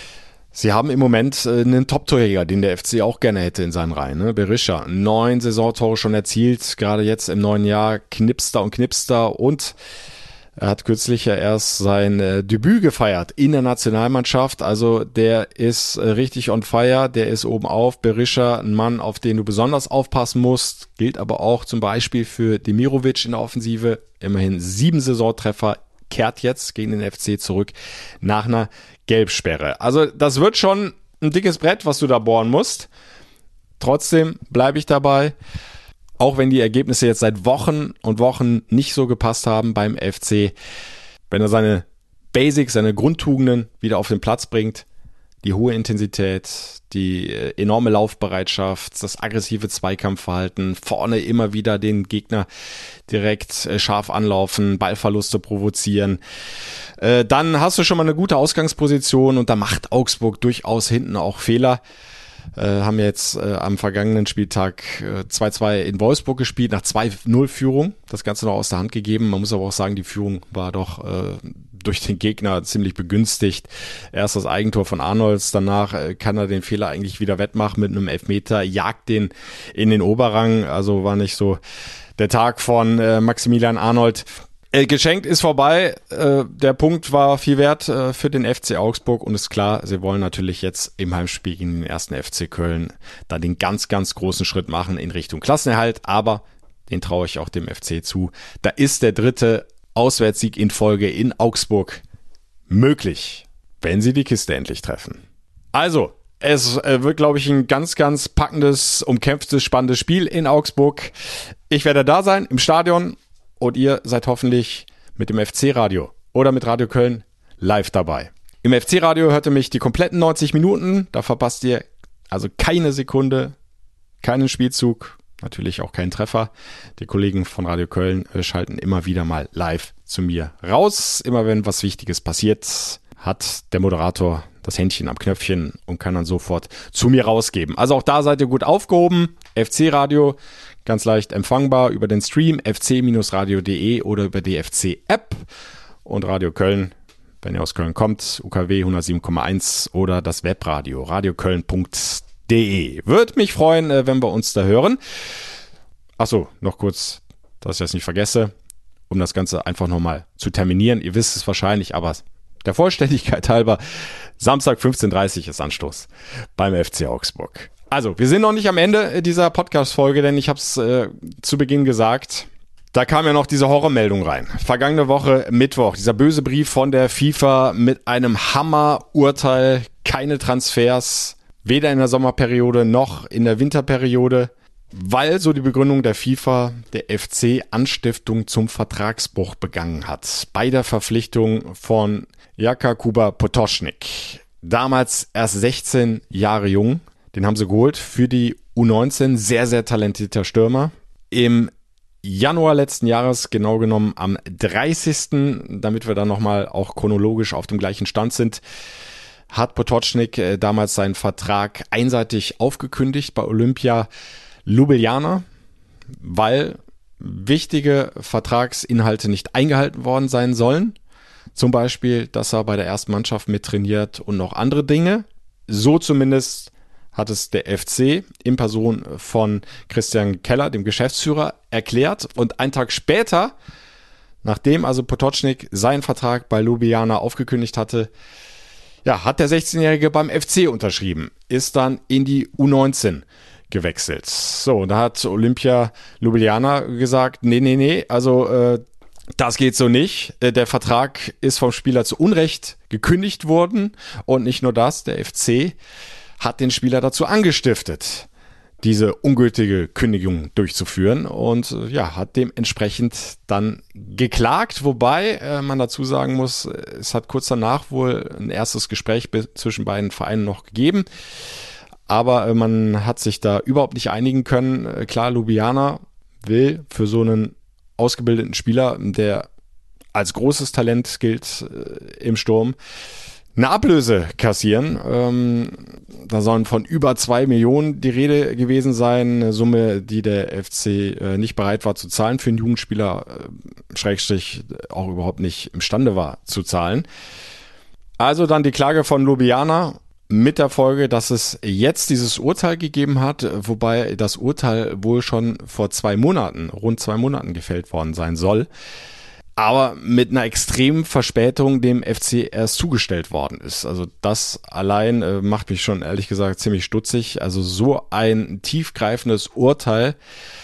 sie haben im Moment äh, einen Top-Torjäger, den der F C auch gerne hätte in seinen Reihen. Ne? Berisha, neun Saisontore schon erzielt, gerade jetzt im neuen Jahr knipst er und knipst er und er hat kürzlich ja erst sein äh, Debüt gefeiert in der Nationalmannschaft. Also der ist äh, richtig on fire, der ist oben auf. Berisha, ein Mann, auf den du besonders aufpassen musst, gilt aber auch zum Beispiel für Demirovic in der Offensive. Immerhin sieben Saisontreffer, kehrt jetzt gegen den F C zurück nach einer Gelbsperre. Also das wird schon ein dickes Brett, was du da bohren musst. Trotzdem bleibe ich dabei, auch wenn die Ergebnisse jetzt seit Wochen und Wochen nicht so gepasst haben beim F C. Wenn er seine Basics, seine Grundtugenden wieder auf den Platz bringt, die hohe Intensität, die enorme Laufbereitschaft, das aggressive Zweikampfverhalten, vorne immer wieder den Gegner direkt scharf anlaufen, Ballverluste provozieren, dann hast du schon mal eine gute Ausgangsposition und da macht Augsburg durchaus hinten auch Fehler. Äh, haben jetzt äh, am vergangenen Spieltag äh, zwei zu zwei in Wolfsburg gespielt, nach zwei null Führung, das Ganze noch aus der Hand gegeben. Man muss aber auch sagen, die Führung war doch äh, durch den Gegner ziemlich begünstigt. Erst das Eigentor von Arnolds, danach äh, kann er den Fehler eigentlich wieder wettmachen mit einem Elfmeter, jagt den in den Oberrang, also war nicht so der Tag von äh, Maximilian Arnold. Äh, geschenkt ist vorbei, äh, der Punkt war viel wert äh, für den F C Augsburg und ist klar, sie wollen natürlich jetzt im Heimspiel gegen den ersten F C Köln da den ganz, ganz großen Schritt machen in Richtung Klassenerhalt, aber den traue ich auch dem F C zu. Da ist der dritte Auswärtssieg in Folge in Augsburg möglich, wenn sie die Kiste endlich treffen. Also, es äh, wird, glaube ich, ein ganz, ganz packendes, umkämpftes, spannendes Spiel in Augsburg. Ich werde da sein im Stadion. Und ihr seid hoffentlich mit dem F C-Radio oder mit Radio Köln live dabei. Im F C-Radio hört ihr mich die kompletten neunzig Minuten. Da verpasst ihr also keine Sekunde, keinen Spielzug, natürlich auch keinen Treffer. Die Kollegen von Radio Köln schalten immer wieder mal live zu mir raus. Immer wenn was Wichtiges passiert, hat der Moderator das Händchen am Knöpfchen und kann dann sofort zu mir rausgeben. Also auch da seid ihr gut aufgehoben. F C-Radio, ganz leicht empfangbar über den Stream f c radio punkt d e oder über die F C-App. Und Radio Köln, wenn ihr aus Köln kommt, U K W hundertsieben Komma eins oder das Webradio radioköln punkt d e. Würde mich freuen, wenn wir uns da hören. Achso, noch kurz, dass ich das nicht vergesse, um das Ganze einfach nochmal zu terminieren. Ihr wisst es wahrscheinlich, aber der Vollständigkeit halber, Samstag fünfzehn Uhr dreißig ist Anstoß beim F C Augsburg. Also, wir sind noch nicht am Ende dieser Podcast-Folge, denn ich habe es äh, zu Beginn gesagt, da kam ja noch diese Horrormeldung rein. Vergangene Woche Mittwoch, dieser böse Brief von der FIFA mit einem Hammer-Urteil, keine Transfers, weder in der Sommerperiode noch in der Winterperiode. weil, so die Begründung der FIFA, der F C Anstiftung zum Vertragsbruch begangen hat. Bei der Verpflichtung von Jaka Kuba Potočnik. Damals erst sechzehn Jahre jung. Den haben sie geholt für die U neunzehn. Sehr, sehr talentierter Stürmer. Im Januar letzten Jahres, genau genommen am dreißigsten, damit wir dann nochmal auch chronologisch auf dem gleichen Stand sind, hat Potočnik äh, damals seinen Vertrag einseitig aufgekündigt bei Olympia Ljubljana, weil wichtige Vertragsinhalte nicht eingehalten worden sein sollen. Zum Beispiel, dass er bei der ersten Mannschaft mittrainiert und noch andere Dinge. So zumindest hat es der F C in Person von Christian Keller, dem Geschäftsführer, erklärt. Und einen Tag später, nachdem also Potočnik seinen Vertrag bei Ljubljana aufgekündigt hatte, ja, hat der sechzehnjährige beim F C unterschrieben, ist dann in die U neunzehn gewechselt. So, da hat Olympia Ljubljana gesagt, nee, nee, nee, also äh, das geht so nicht. Äh, der Vertrag ist vom Spieler zu Unrecht gekündigt worden und nicht nur das, der F C hat den Spieler dazu angestiftet, diese ungültige Kündigung durchzuführen und äh, ja, hat dementsprechend dann geklagt, wobei äh, man dazu sagen muss, es hat kurz danach wohl ein erstes Gespräch be- zwischen beiden Vereinen noch gegeben, aber äh, man hat sich da überhaupt nicht einigen können. Äh, klar, Ljubljana will für so einen ausgebildeten Spieler, der als großes Talent gilt äh, im Sturm, eine Ablöse kassieren. Ähm, da sollen von über zwei Millionen die Rede gewesen sein. Eine Summe, die der F C äh, nicht bereit war zu zahlen für einen Jugendspieler, äh, Schrägstrich auch überhaupt nicht imstande war zu zahlen. Also dann die Klage von Ljubljana mit der Folge, dass es jetzt dieses Urteil gegeben hat, wobei das Urteil wohl schon vor zwei Monaten, rund zwei Monaten gefällt worden sein soll. Aber mit einer extremen Verspätung dem F C erst zugestellt worden ist. Also das allein äh, macht mich schon ehrlich gesagt ziemlich stutzig. Also so ein tiefgreifendes Urteil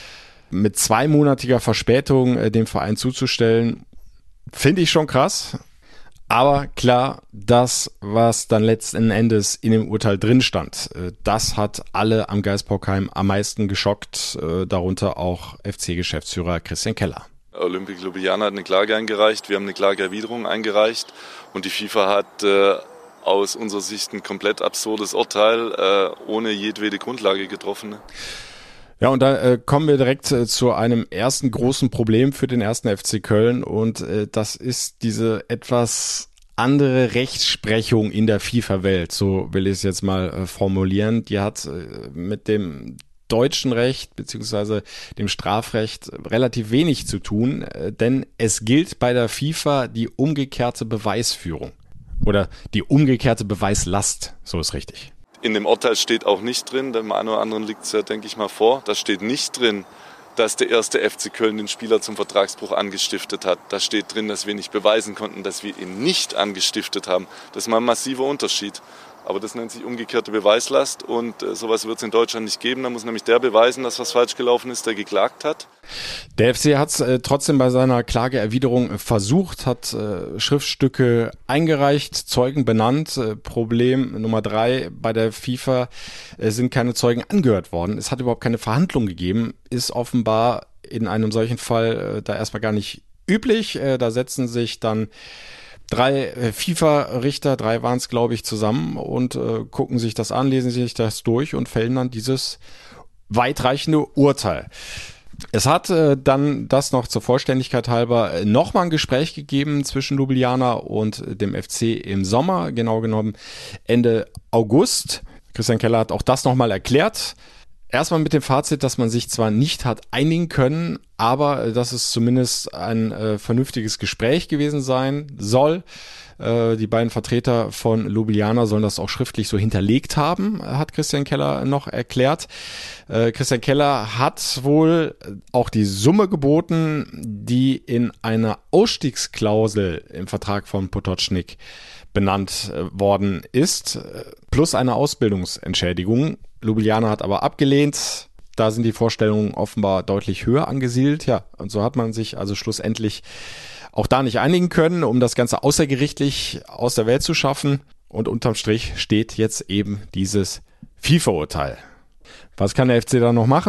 mit zweimonatiger Verspätung äh, dem Verein zuzustellen, finde ich schon krass. Aber klar, das, was dann letzten Endes in dem Urteil drin stand, äh, das hat alle am Geisbockheim am meisten geschockt, äh, darunter auch F C-Geschäftsführer Christian Keller. Olympique Ljubljana hat eine Klage eingereicht, wir haben eine Klageerwiderung eingereicht und die FIFA hat äh, aus unserer Sicht ein komplett absurdes Urteil äh, ohne jedwede Grundlage getroffen. Ja, und da äh, kommen wir direkt äh, zu einem ersten großen Problem für den ersten F C Köln und äh, das ist diese etwas andere Rechtsprechung in der FIFA-Welt, so will ich es jetzt mal äh, formulieren. Die hat äh, mit dem deutschen Recht beziehungsweise dem Strafrecht relativ wenig zu tun, denn es gilt bei der FIFA die umgekehrte Beweisführung oder die umgekehrte Beweislast, so ist richtig. In dem Urteil steht auch nicht drin, dem einen oder anderen liegt es ja, denke ich mal, vor, da steht nicht drin, dass der erste F C Köln den Spieler zum Vertragsbruch angestiftet hat. Da steht drin, dass wir nicht beweisen konnten, dass wir ihn nicht angestiftet haben. Das ist mal ein massiver Unterschied. Aber das nennt sich umgekehrte Beweislast und äh, sowas wird es in Deutschland nicht geben. Da muss nämlich der beweisen, dass was falsch gelaufen ist, der geklagt hat. Der F C hat es äh, trotzdem bei seiner Klageerwiderung äh, versucht, hat äh, Schriftstücke eingereicht, Zeugen benannt. Äh, Problem Nummer drei, bei der FIFA äh, sind keine Zeugen angehört worden. Es hat überhaupt keine Verhandlung gegeben, ist offenbar in einem solchen Fall äh, da erstmal gar nicht üblich. Äh, da setzen sich dann drei FIFA-Richter, drei waren es, glaube ich, zusammen und äh, gucken sich das an, lesen sich das durch und fällen dann dieses weitreichende Urteil. Es hat äh, dann das noch zur Vollständigkeit halber äh, nochmal ein Gespräch gegeben zwischen Ljubljana und äh, dem F C im Sommer, genau genommen Ende August. Christian Keller hat auch das nochmal erklärt. Erstmal mit dem Fazit, dass man sich zwar nicht hat einigen können, aber dass es zumindest ein äh, vernünftiges Gespräch gewesen sein soll. Äh, die beiden Vertreter von Ljubljana sollen das auch schriftlich so hinterlegt haben, hat Christian Keller noch erklärt. Äh, Christian Keller hat wohl auch die Summe geboten, die in einer Ausstiegsklausel im Vertrag von Potočnik benannt äh, worden ist, äh, plus eine Ausbildungsentschädigung. Ljubljana hat aber abgelehnt. Da sind die Vorstellungen offenbar deutlich höher angesiedelt. Ja, und so hat man sich also schlussendlich auch da nicht einigen können, um das Ganze außergerichtlich aus der Welt zu schaffen. Und unterm Strich steht jetzt eben dieses FIFA-Urteil. Was kann der F C da noch machen?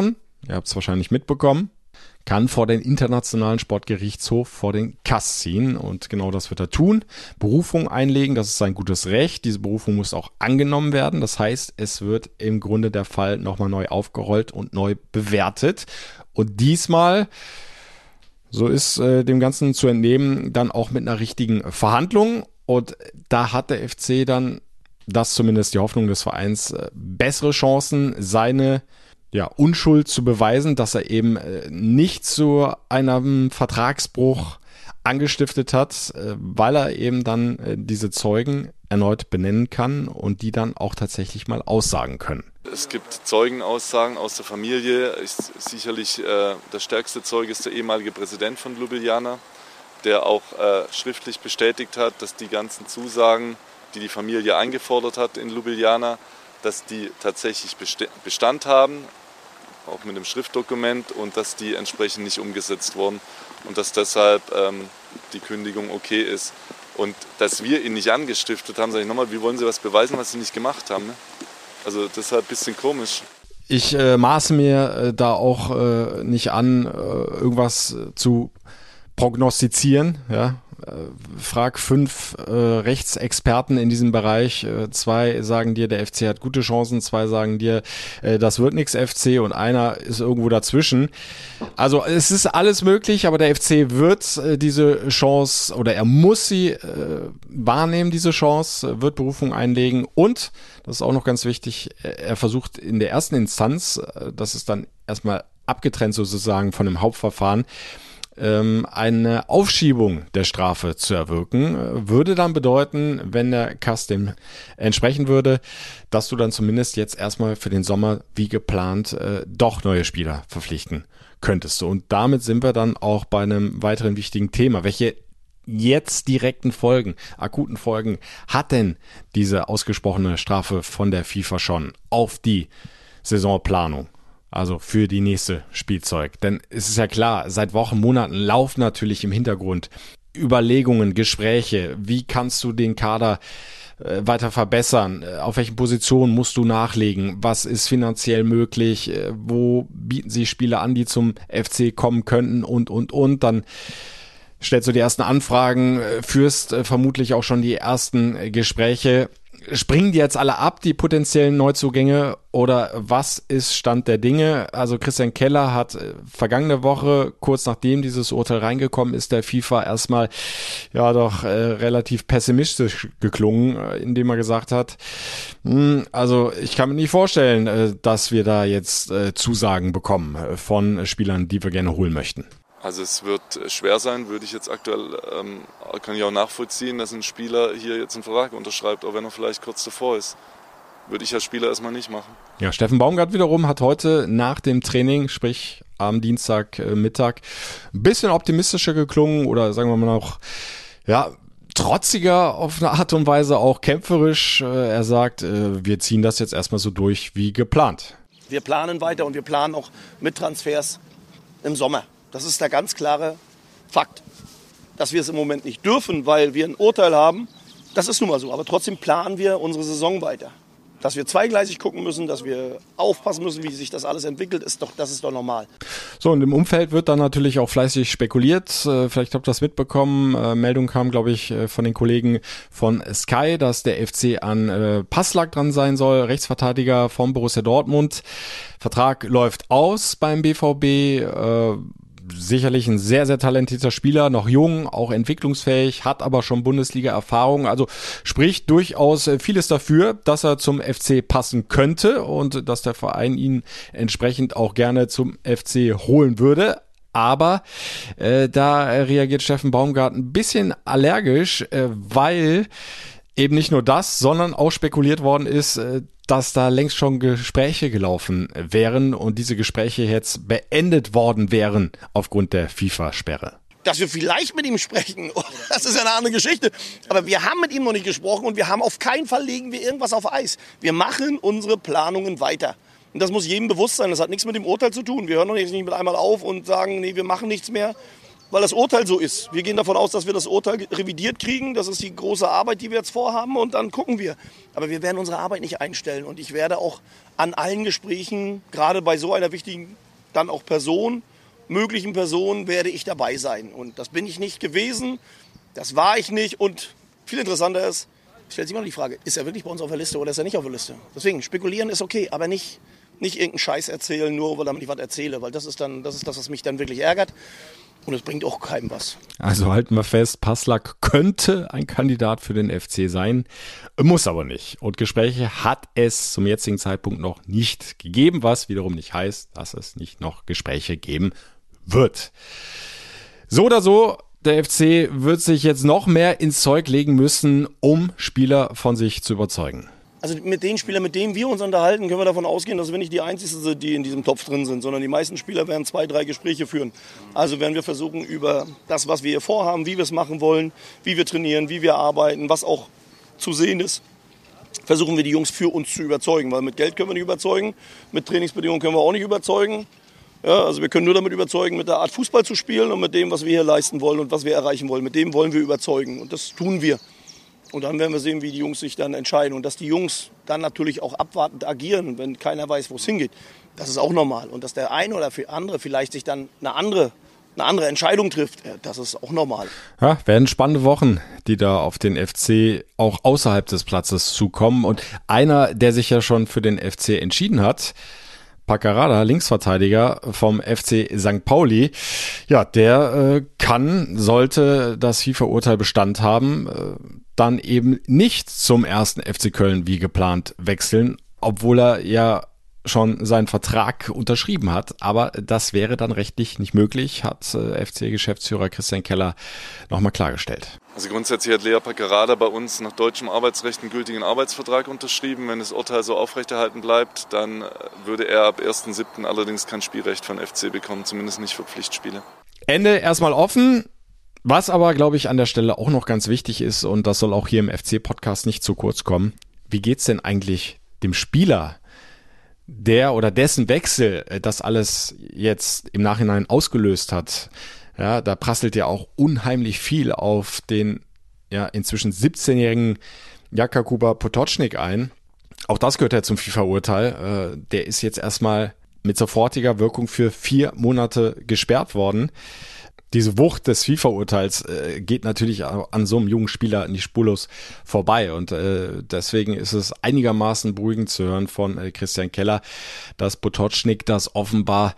ihr habt es wahrscheinlich mitbekommen, kann vor den Internationalen Sportgerichtshof, vor den K A S ziehen. Und genau das wird er tun. Berufung einlegen, das ist sein gutes Recht. Diese Berufung muss auch angenommen werden. Das heißt, es wird im Grunde der Fall nochmal neu aufgerollt und neu bewertet. Und diesmal, so ist äh, dem Ganzen zu entnehmen, dann auch mit einer richtigen Verhandlung. Und da hat der F C dann, das zumindest die Hoffnung des Vereins, äh, bessere Chancen, seine ja, Unschuld zu beweisen, dass er eben äh, nicht zu einem Vertragsbruch angestiftet hat, äh, weil er eben dann äh, diese Zeugen erneut benennen kann und die dann auch tatsächlich mal aussagen können. Es gibt Zeugenaussagen aus der Familie. Ist sicherlich äh, der stärkste Zeuge ist der ehemalige Präsident von Ljubljana, der auch äh, schriftlich bestätigt hat, dass die ganzen Zusagen, die die Familie eingefordert hat in Ljubljana, dass die tatsächlich Bestand haben, auch mit dem Schriftdokument, und dass die entsprechend nicht umgesetzt wurden und dass deshalb ähm, die Kündigung okay ist. Und dass wir ihn nicht angestiftet haben, sage ich nochmal, wie wollen Sie was beweisen, was Sie nicht gemacht haben? Ne? Also deshalb ein bisschen komisch. Ich äh, maße mir äh, da auch äh, nicht an, äh, irgendwas äh, zu prognostizieren, ja. Frag fünf äh, Rechtsexperten in diesem Bereich. Äh, zwei sagen dir, der F C hat gute Chancen, zwei sagen dir, äh, das wird nichts F C, und einer ist irgendwo dazwischen. Also es ist alles möglich, aber der F C wird äh, diese Chance, oder er muss sie äh, wahrnehmen, diese Chance, wird Berufung einlegen, und, das ist auch noch ganz wichtig, er versucht in der ersten Instanz, äh, das ist dann erstmal abgetrennt sozusagen von dem Hauptverfahren, eine Aufschiebung der Strafe zu erwirken, würde dann bedeuten, wenn der K A S dem entsprechen würde, dass du dann zumindest jetzt erstmal für den Sommer wie geplant äh, doch neue Spieler verpflichten könntest. Und damit sind wir dann auch bei einem weiteren wichtigen Thema. Welche jetzt direkten Folgen, akuten Folgen hat denn diese ausgesprochene Strafe von der FIFA schon auf die Saisonplanung? Also für die nächste Spielzeug. Denn es ist ja klar, seit Wochen, Monaten laufen natürlich im Hintergrund Überlegungen, Gespräche. Wie kannst du den Kader äh, weiter verbessern? Auf welchen Positionen musst du nachlegen? Was ist finanziell möglich? Äh, wo bieten sich Spieler an, die zum F C kommen könnten? Und, und, und. Dann stellst du die ersten Anfragen, äh, führst äh, vermutlich auch schon die ersten äh, Gespräche. Springen die jetzt alle ab, die potenziellen Neuzugänge, oder was ist Stand der Dinge? Also Christian Keller hat vergangene Woche, kurz nachdem dieses Urteil reingekommen ist, der FIFA erstmal ja doch äh, relativ pessimistisch geklungen, äh, indem er gesagt hat, mh, also ich kann mir nicht vorstellen, äh, dass wir da jetzt äh, Zusagen bekommen äh, von Spielern, die wir gerne holen möchten. Also es wird schwer sein, würde ich jetzt aktuell, ähm, kann ich auch nachvollziehen, dass ein Spieler hier jetzt einen Vertrag unterschreibt, auch wenn er vielleicht kurz davor ist. Würde ich als Spieler erstmal nicht machen. Ja, Steffen Baumgart wiederum hat heute nach dem Training, sprich am Dienstagmittag, ein bisschen optimistischer geklungen, oder sagen wir mal noch, ja, trotziger auf eine Art und Weise, auch kämpferisch. Er sagt, wir ziehen das jetzt erstmal so durch wie geplant. Wir planen weiter, und wir planen auch mit Transfers im Sommer. Das ist der ganz klare Fakt. Dass wir es im Moment nicht dürfen, weil wir ein Urteil haben, das ist nun mal so. Aber trotzdem planen wir unsere Saison weiter. Dass wir zweigleisig gucken müssen, dass wir aufpassen müssen, wie sich das alles entwickelt, ist doch, das ist doch normal. So, und im Umfeld wird dann natürlich auch fleißig spekuliert. Vielleicht habt ihr das mitbekommen. Meldung kam, glaube ich, von den Kollegen von Sky, dass der F C an Passlack dran sein soll, Rechtsverteidiger vom Borussia Dortmund. Vertrag läuft aus beim B V B. Sicherlich ein sehr, sehr talentierter Spieler, noch jung, auch entwicklungsfähig, hat aber schon Bundesliga-Erfahrung, also spricht durchaus vieles dafür, dass er zum F C passen könnte und dass der Verein ihn entsprechend auch gerne zum F C holen würde. Aber äh, da reagiert Steffen Baumgart ein bisschen allergisch, äh, weil eben nicht nur das, sondern auch spekuliert worden ist, äh, dass da längst schon Gespräche gelaufen wären und diese Gespräche jetzt beendet worden wären aufgrund der FIFA-Sperre. Dass wir vielleicht mit ihm sprechen, das ist ja eine andere Geschichte. Aber wir haben mit ihm noch nicht gesprochen, und wir haben auf keinen Fall, legen wir irgendwas auf Eis. Wir machen unsere Planungen weiter. Und das muss jedem bewusst sein. Das hat nichts mit dem Urteil zu tun. Wir hören doch jetzt nicht mit einmal auf und sagen, nee, wir machen nichts mehr, weil das Urteil so ist. Wir gehen davon aus, dass wir das Urteil revidiert kriegen. Das ist die große Arbeit, die wir jetzt vorhaben, und dann gucken wir. Aber wir werden unsere Arbeit nicht einstellen, und ich werde auch an allen Gesprächen, gerade bei so einer wichtigen dann auch Person, möglichen Personen werde ich dabei sein. Und das bin ich nicht gewesen, das war ich nicht. Und viel interessanter ist, stellt sich immer noch die Frage, ist er wirklich bei uns auf der Liste oder ist er nicht auf der Liste? Deswegen, spekulieren ist okay, aber nicht, nicht irgendeinen Scheiß erzählen, nur weil damit ich was erzähle. Weil das ist dann, das ist das, was mich dann wirklich ärgert. Und es bringt auch keinem was. Also halten wir fest, Passlack könnte ein Kandidat für den F C sein, muss aber nicht. Und Gespräche hat es zum jetzigen Zeitpunkt noch nicht gegeben, was wiederum nicht heißt, dass es nicht noch Gespräche geben wird. So oder so, der F C wird sich jetzt noch mehr ins Zeug legen müssen, um Spieler von sich zu überzeugen. Also mit den Spielern, mit denen wir uns unterhalten, können wir davon ausgehen, dass wir nicht die Einzigen sind, die in diesem Topf drin sind, sondern die meisten Spieler werden zwei, drei Gespräche führen. Also werden wir versuchen, über das, was wir hier vorhaben, wie wir es machen wollen, wie wir trainieren, wie wir arbeiten, was auch zu sehen ist, versuchen wir die Jungs für uns zu überzeugen. Weil mit Geld können wir nicht überzeugen, mit Trainingsbedingungen können wir auch nicht überzeugen. Ja, also wir können nur damit überzeugen, mit der Art Fußball zu spielen und mit dem, was wir hier leisten wollen und was wir erreichen wollen. Mit dem wollen wir überzeugen und das tun wir. Und dann werden wir sehen, wie die Jungs sich dann entscheiden. Und dass die Jungs dann natürlich auch abwartend agieren, wenn keiner weiß, wo es hingeht, das ist auch normal. Und dass der eine oder andere vielleicht sich dann eine andere, eine andere Entscheidung trifft, das ist auch normal. Ja, werden spannende Wochen, die da auf den F C auch außerhalb des Platzes zukommen. Und einer, der sich ja schon für den F C entschieden hat, Paccarada, Linksverteidiger vom F C Sankt Pauli, ja, der äh, kann, sollte das FIFA-Urteil Bestand haben, äh, dann eben nicht zum ersten F C Köln wie geplant wechseln, obwohl er ja schon seinen Vertrag unterschrieben hat. Aber das wäre dann rechtlich nicht möglich, hat äh, F C-Geschäftsführer Christian Keller nochmal klargestellt. Also grundsätzlich hat Lea Paccarada bei uns nach deutschem Arbeitsrecht einen gültigen Arbeitsvertrag unterschrieben. Wenn das Urteil so aufrechterhalten bleibt, dann würde er ab ersten siebten allerdings kein Spielrecht von F C bekommen, zumindest nicht für Pflichtspiele. Ende erstmal offen. Was aber, glaube ich, an der Stelle auch noch ganz wichtig ist, und das soll auch hier im F C-Podcast nicht zu kurz kommen, wie geht's denn eigentlich dem Spieler, der oder dessen Wechsel das alles jetzt im Nachhinein ausgelöst hat? Ja, da prasselt ja auch unheimlich viel auf den ja inzwischen siebzehnjährigen Jaka Kuba Potočnik ein. Auch das gehört ja zum FIFA-Urteil. Äh, der ist jetzt erstmal mit sofortiger Wirkung für vier Monate gesperrt worden. Diese Wucht des FIFA-Urteils äh, geht natürlich an so einem jungen Spieler nicht spurlos vorbei. Und äh, deswegen ist es einigermaßen beruhigend zu hören von äh, Christian Keller, dass Potočnik das offenbar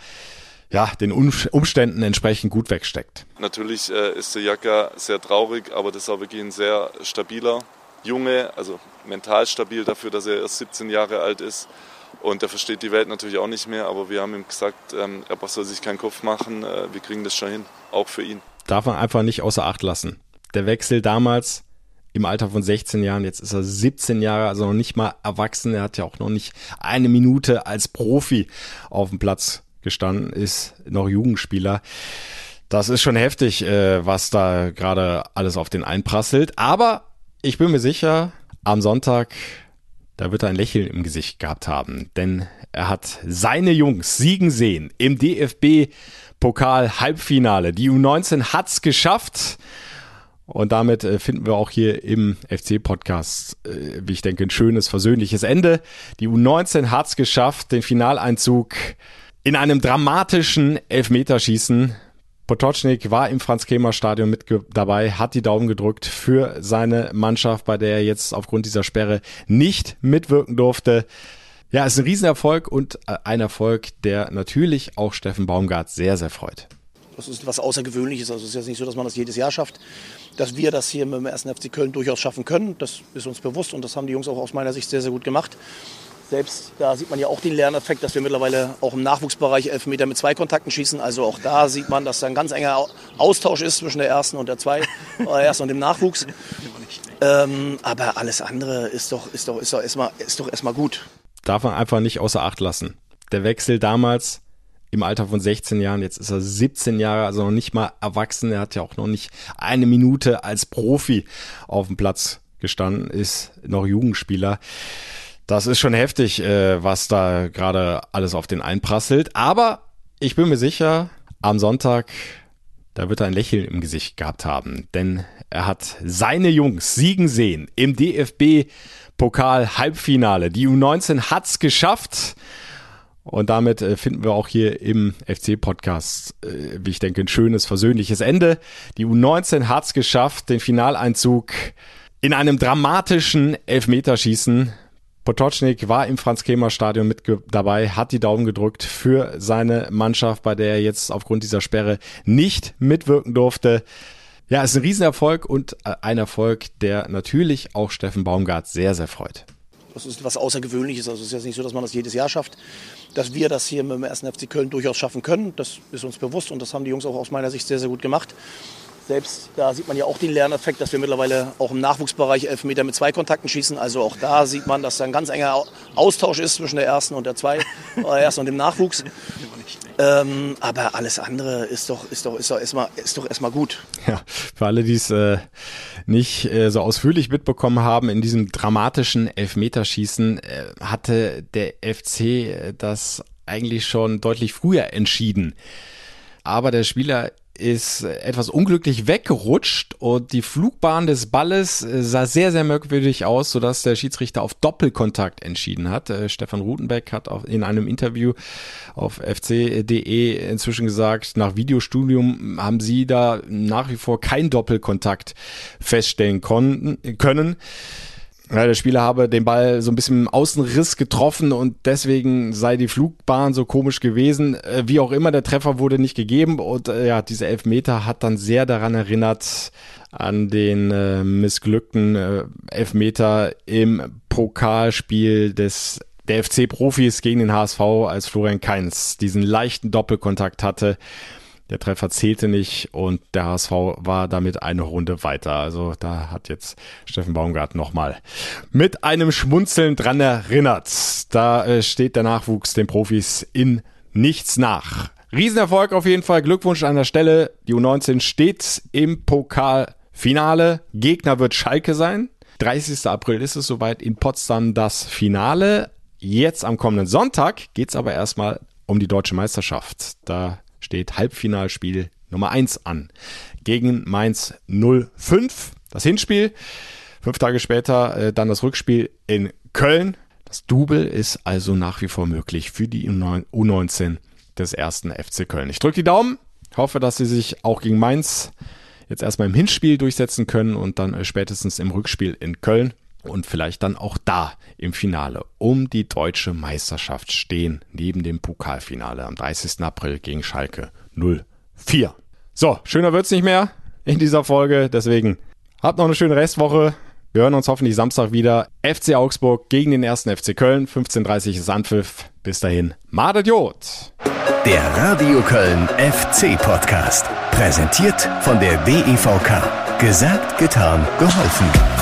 ja den Umständen entsprechend gut wegsteckt. Natürlich äh, ist der Jaka sehr traurig, aber das ist auch wirklich ein sehr stabiler Junge, also mental stabil dafür, dass er erst siebzehn Jahre alt ist. Und er versteht die Welt natürlich auch nicht mehr, aber wir haben ihm gesagt, ähm, er soll sich keinen Kopf machen, äh, wir kriegen das schon hin, auch für ihn. Darf man einfach nicht außer Acht lassen. Der Wechsel damals im Alter von sechzehn Jahren, jetzt ist er siebzehn Jahre, also noch nicht mal erwachsen, er hat ja auch noch nicht eine Minute als Profi auf dem Platz gestanden, ist noch Jugendspieler. Das ist schon heftig, äh, was da gerade alles auf den einprasselt, aber ich bin mir sicher, am Sonntag, da wird er ein Lächeln im Gesicht gehabt haben, denn er hat seine Jungs siegen sehen im D F B-Pokal-Halbfinale. Die U neunzehn hat's geschafft und damit äh, finden wir auch hier im F C-Podcast, äh, wie ich denke, ein schönes, versöhnliches Ende. Die U neunzehn hat's geschafft, den Finaleinzug in einem dramatischen Elfmeterschießen. Potočnik war im Franz-Kremer-Stadion mit ge- dabei, hat die Daumen gedrückt für seine Mannschaft, bei der er jetzt aufgrund dieser Sperre nicht mitwirken durfte. Ja, es ist ein Riesenerfolg und ein Erfolg, der natürlich auch Steffen Baumgart sehr, sehr freut. Das ist was Außergewöhnliches. Also es ist jetzt nicht so, dass man das jedes Jahr schafft. Dass wir das hier mit dem ersten F C Köln durchaus schaffen können, das ist uns bewusst und das haben die Jungs auch aus meiner Sicht sehr, sehr gut gemacht. Selbst da sieht man ja auch den Lerneffekt, dass wir mittlerweile auch im Nachwuchsbereich Elfmeter mit zwei Kontakten schießen. Also auch da sieht man, dass da ein ganz enger Austausch ist zwischen der ersten und der zwei, oder ersten und dem Nachwuchs. Ähm, aber alles andere ist doch, ist doch, ist doch erstmal, ist doch erstmal gut. Darf man einfach nicht außer Acht lassen. Der Wechsel damals im Alter von sechzehn Jahren, jetzt ist er siebzehn Jahre, also noch nicht mal erwachsen. Er hat ja auch noch nicht eine Minute als Profi auf dem Platz gestanden, ist noch Jugendspieler. Das ist schon heftig, äh, was da gerade alles auf den einprasselt. Aber ich bin mir sicher, am Sonntag, da wird er ein Lächeln im Gesicht gehabt haben. Denn er hat seine Jungs siegen sehen im D F B-Pokal-Halbfinale. Die U neunzehn hat's geschafft. Und damit äh, finden wir auch hier im F C-Podcast, äh, wie ich denke, ein schönes, versöhnliches Ende. Die U neunzehn hat es geschafft, den Finaleinzug in einem dramatischen Elfmeterschießen. Potočnik war im Franz-Kremer-Stadion mit ge- dabei, hat die Daumen gedrückt für seine Mannschaft, bei der er jetzt aufgrund dieser Sperre nicht mitwirken durfte. Ja, es ist ein Riesenerfolg und ein Erfolg, der natürlich auch Steffen Baumgart sehr, sehr freut. Das ist was Außergewöhnliches. Also es ist jetzt nicht so, dass man das jedes Jahr schafft. Dass wir das hier mit dem ersten F C Köln durchaus schaffen können, das ist uns bewusst und das haben die Jungs auch aus meiner Sicht sehr, sehr gut gemacht. Selbst da sieht man ja auch den Lerneffekt, dass wir mittlerweile auch im Nachwuchsbereich Elfmeter mit zwei Kontakten schießen. Also auch da sieht man, dass da ein ganz enger Austausch ist zwischen der ersten und der zwei, der ersten und dem Nachwuchs. Ähm, aber alles andere ist doch, ist doch, ist doch erstmal, ist doch erstmal gut. Ja, für alle, die es äh, nicht äh, so ausführlich mitbekommen haben, in diesem dramatischen Elfmeterschießen äh, hatte der F C äh, das eigentlich schon deutlich früher entschieden. Aber der Spieler ist etwas unglücklich weggerutscht und die Flugbahn des Balles sah sehr, sehr merkwürdig aus, sodass der Schiedsrichter auf Doppelkontakt entschieden hat. Äh, Stefan Rutenbeck hat auch in einem Interview auf f c punkt d e inzwischen gesagt, nach Videostudium haben sie da nach wie vor keinen Doppelkontakt feststellen konnten, können. Ja, der Spieler habe den Ball so ein bisschen im Außenriss getroffen und deswegen sei die Flugbahn so komisch gewesen. Wie auch immer, der Treffer wurde nicht gegeben und äh, ja, dieser Elfmeter hat dann sehr daran erinnert an den äh, missglückten äh, Elfmeter im Pokalspiel des der F C-Profis gegen den H S V, als Florian Kainz diesen leichten Doppelkontakt hatte. Der Treffer zählte nicht und der H S V war damit eine Runde weiter. Also da hat jetzt Steffen Baumgart nochmal mit einem Schmunzeln dran erinnert. Da äh, steht der Nachwuchs den Profis in nichts nach. Riesenerfolg auf jeden Fall. Glückwunsch an der Stelle. Die U neunzehn steht im Pokalfinale. Gegner wird Schalke sein. dreißigster April ist es soweit in Potsdam das Finale. Jetzt am kommenden Sonntag geht's aber erstmal um die deutsche Meisterschaft. Da steht Halbfinalspiel Nummer eins an. Gegen Mainz null fünf. Das Hinspiel. Fünf Tage später äh, dann das Rückspiel in Köln. Das Double ist also nach wie vor möglich für die U neunzehn des ersten F C Köln. Ich drücke die Daumen. Hoffe, dass sie sich auch gegen Mainz jetzt erstmal im Hinspiel durchsetzen können und dann äh, spätestens im Rückspiel in Köln. Und vielleicht dann auch da im Finale um die deutsche Meisterschaft stehen, neben dem Pokalfinale am dreißigsten April gegen Schalke null vier. So, schöner wird's nicht mehr in dieser Folge, deswegen habt noch eine schöne Restwoche. Wir hören uns hoffentlich Samstag wieder. F C Augsburg gegen den ersten F C Köln, fünfzehn Uhr dreißig ist Anpfiff. Bis dahin, Madet Jod. Der Radio Köln F C Podcast, präsentiert von der D E V K. Gesagt, getan, geholfen.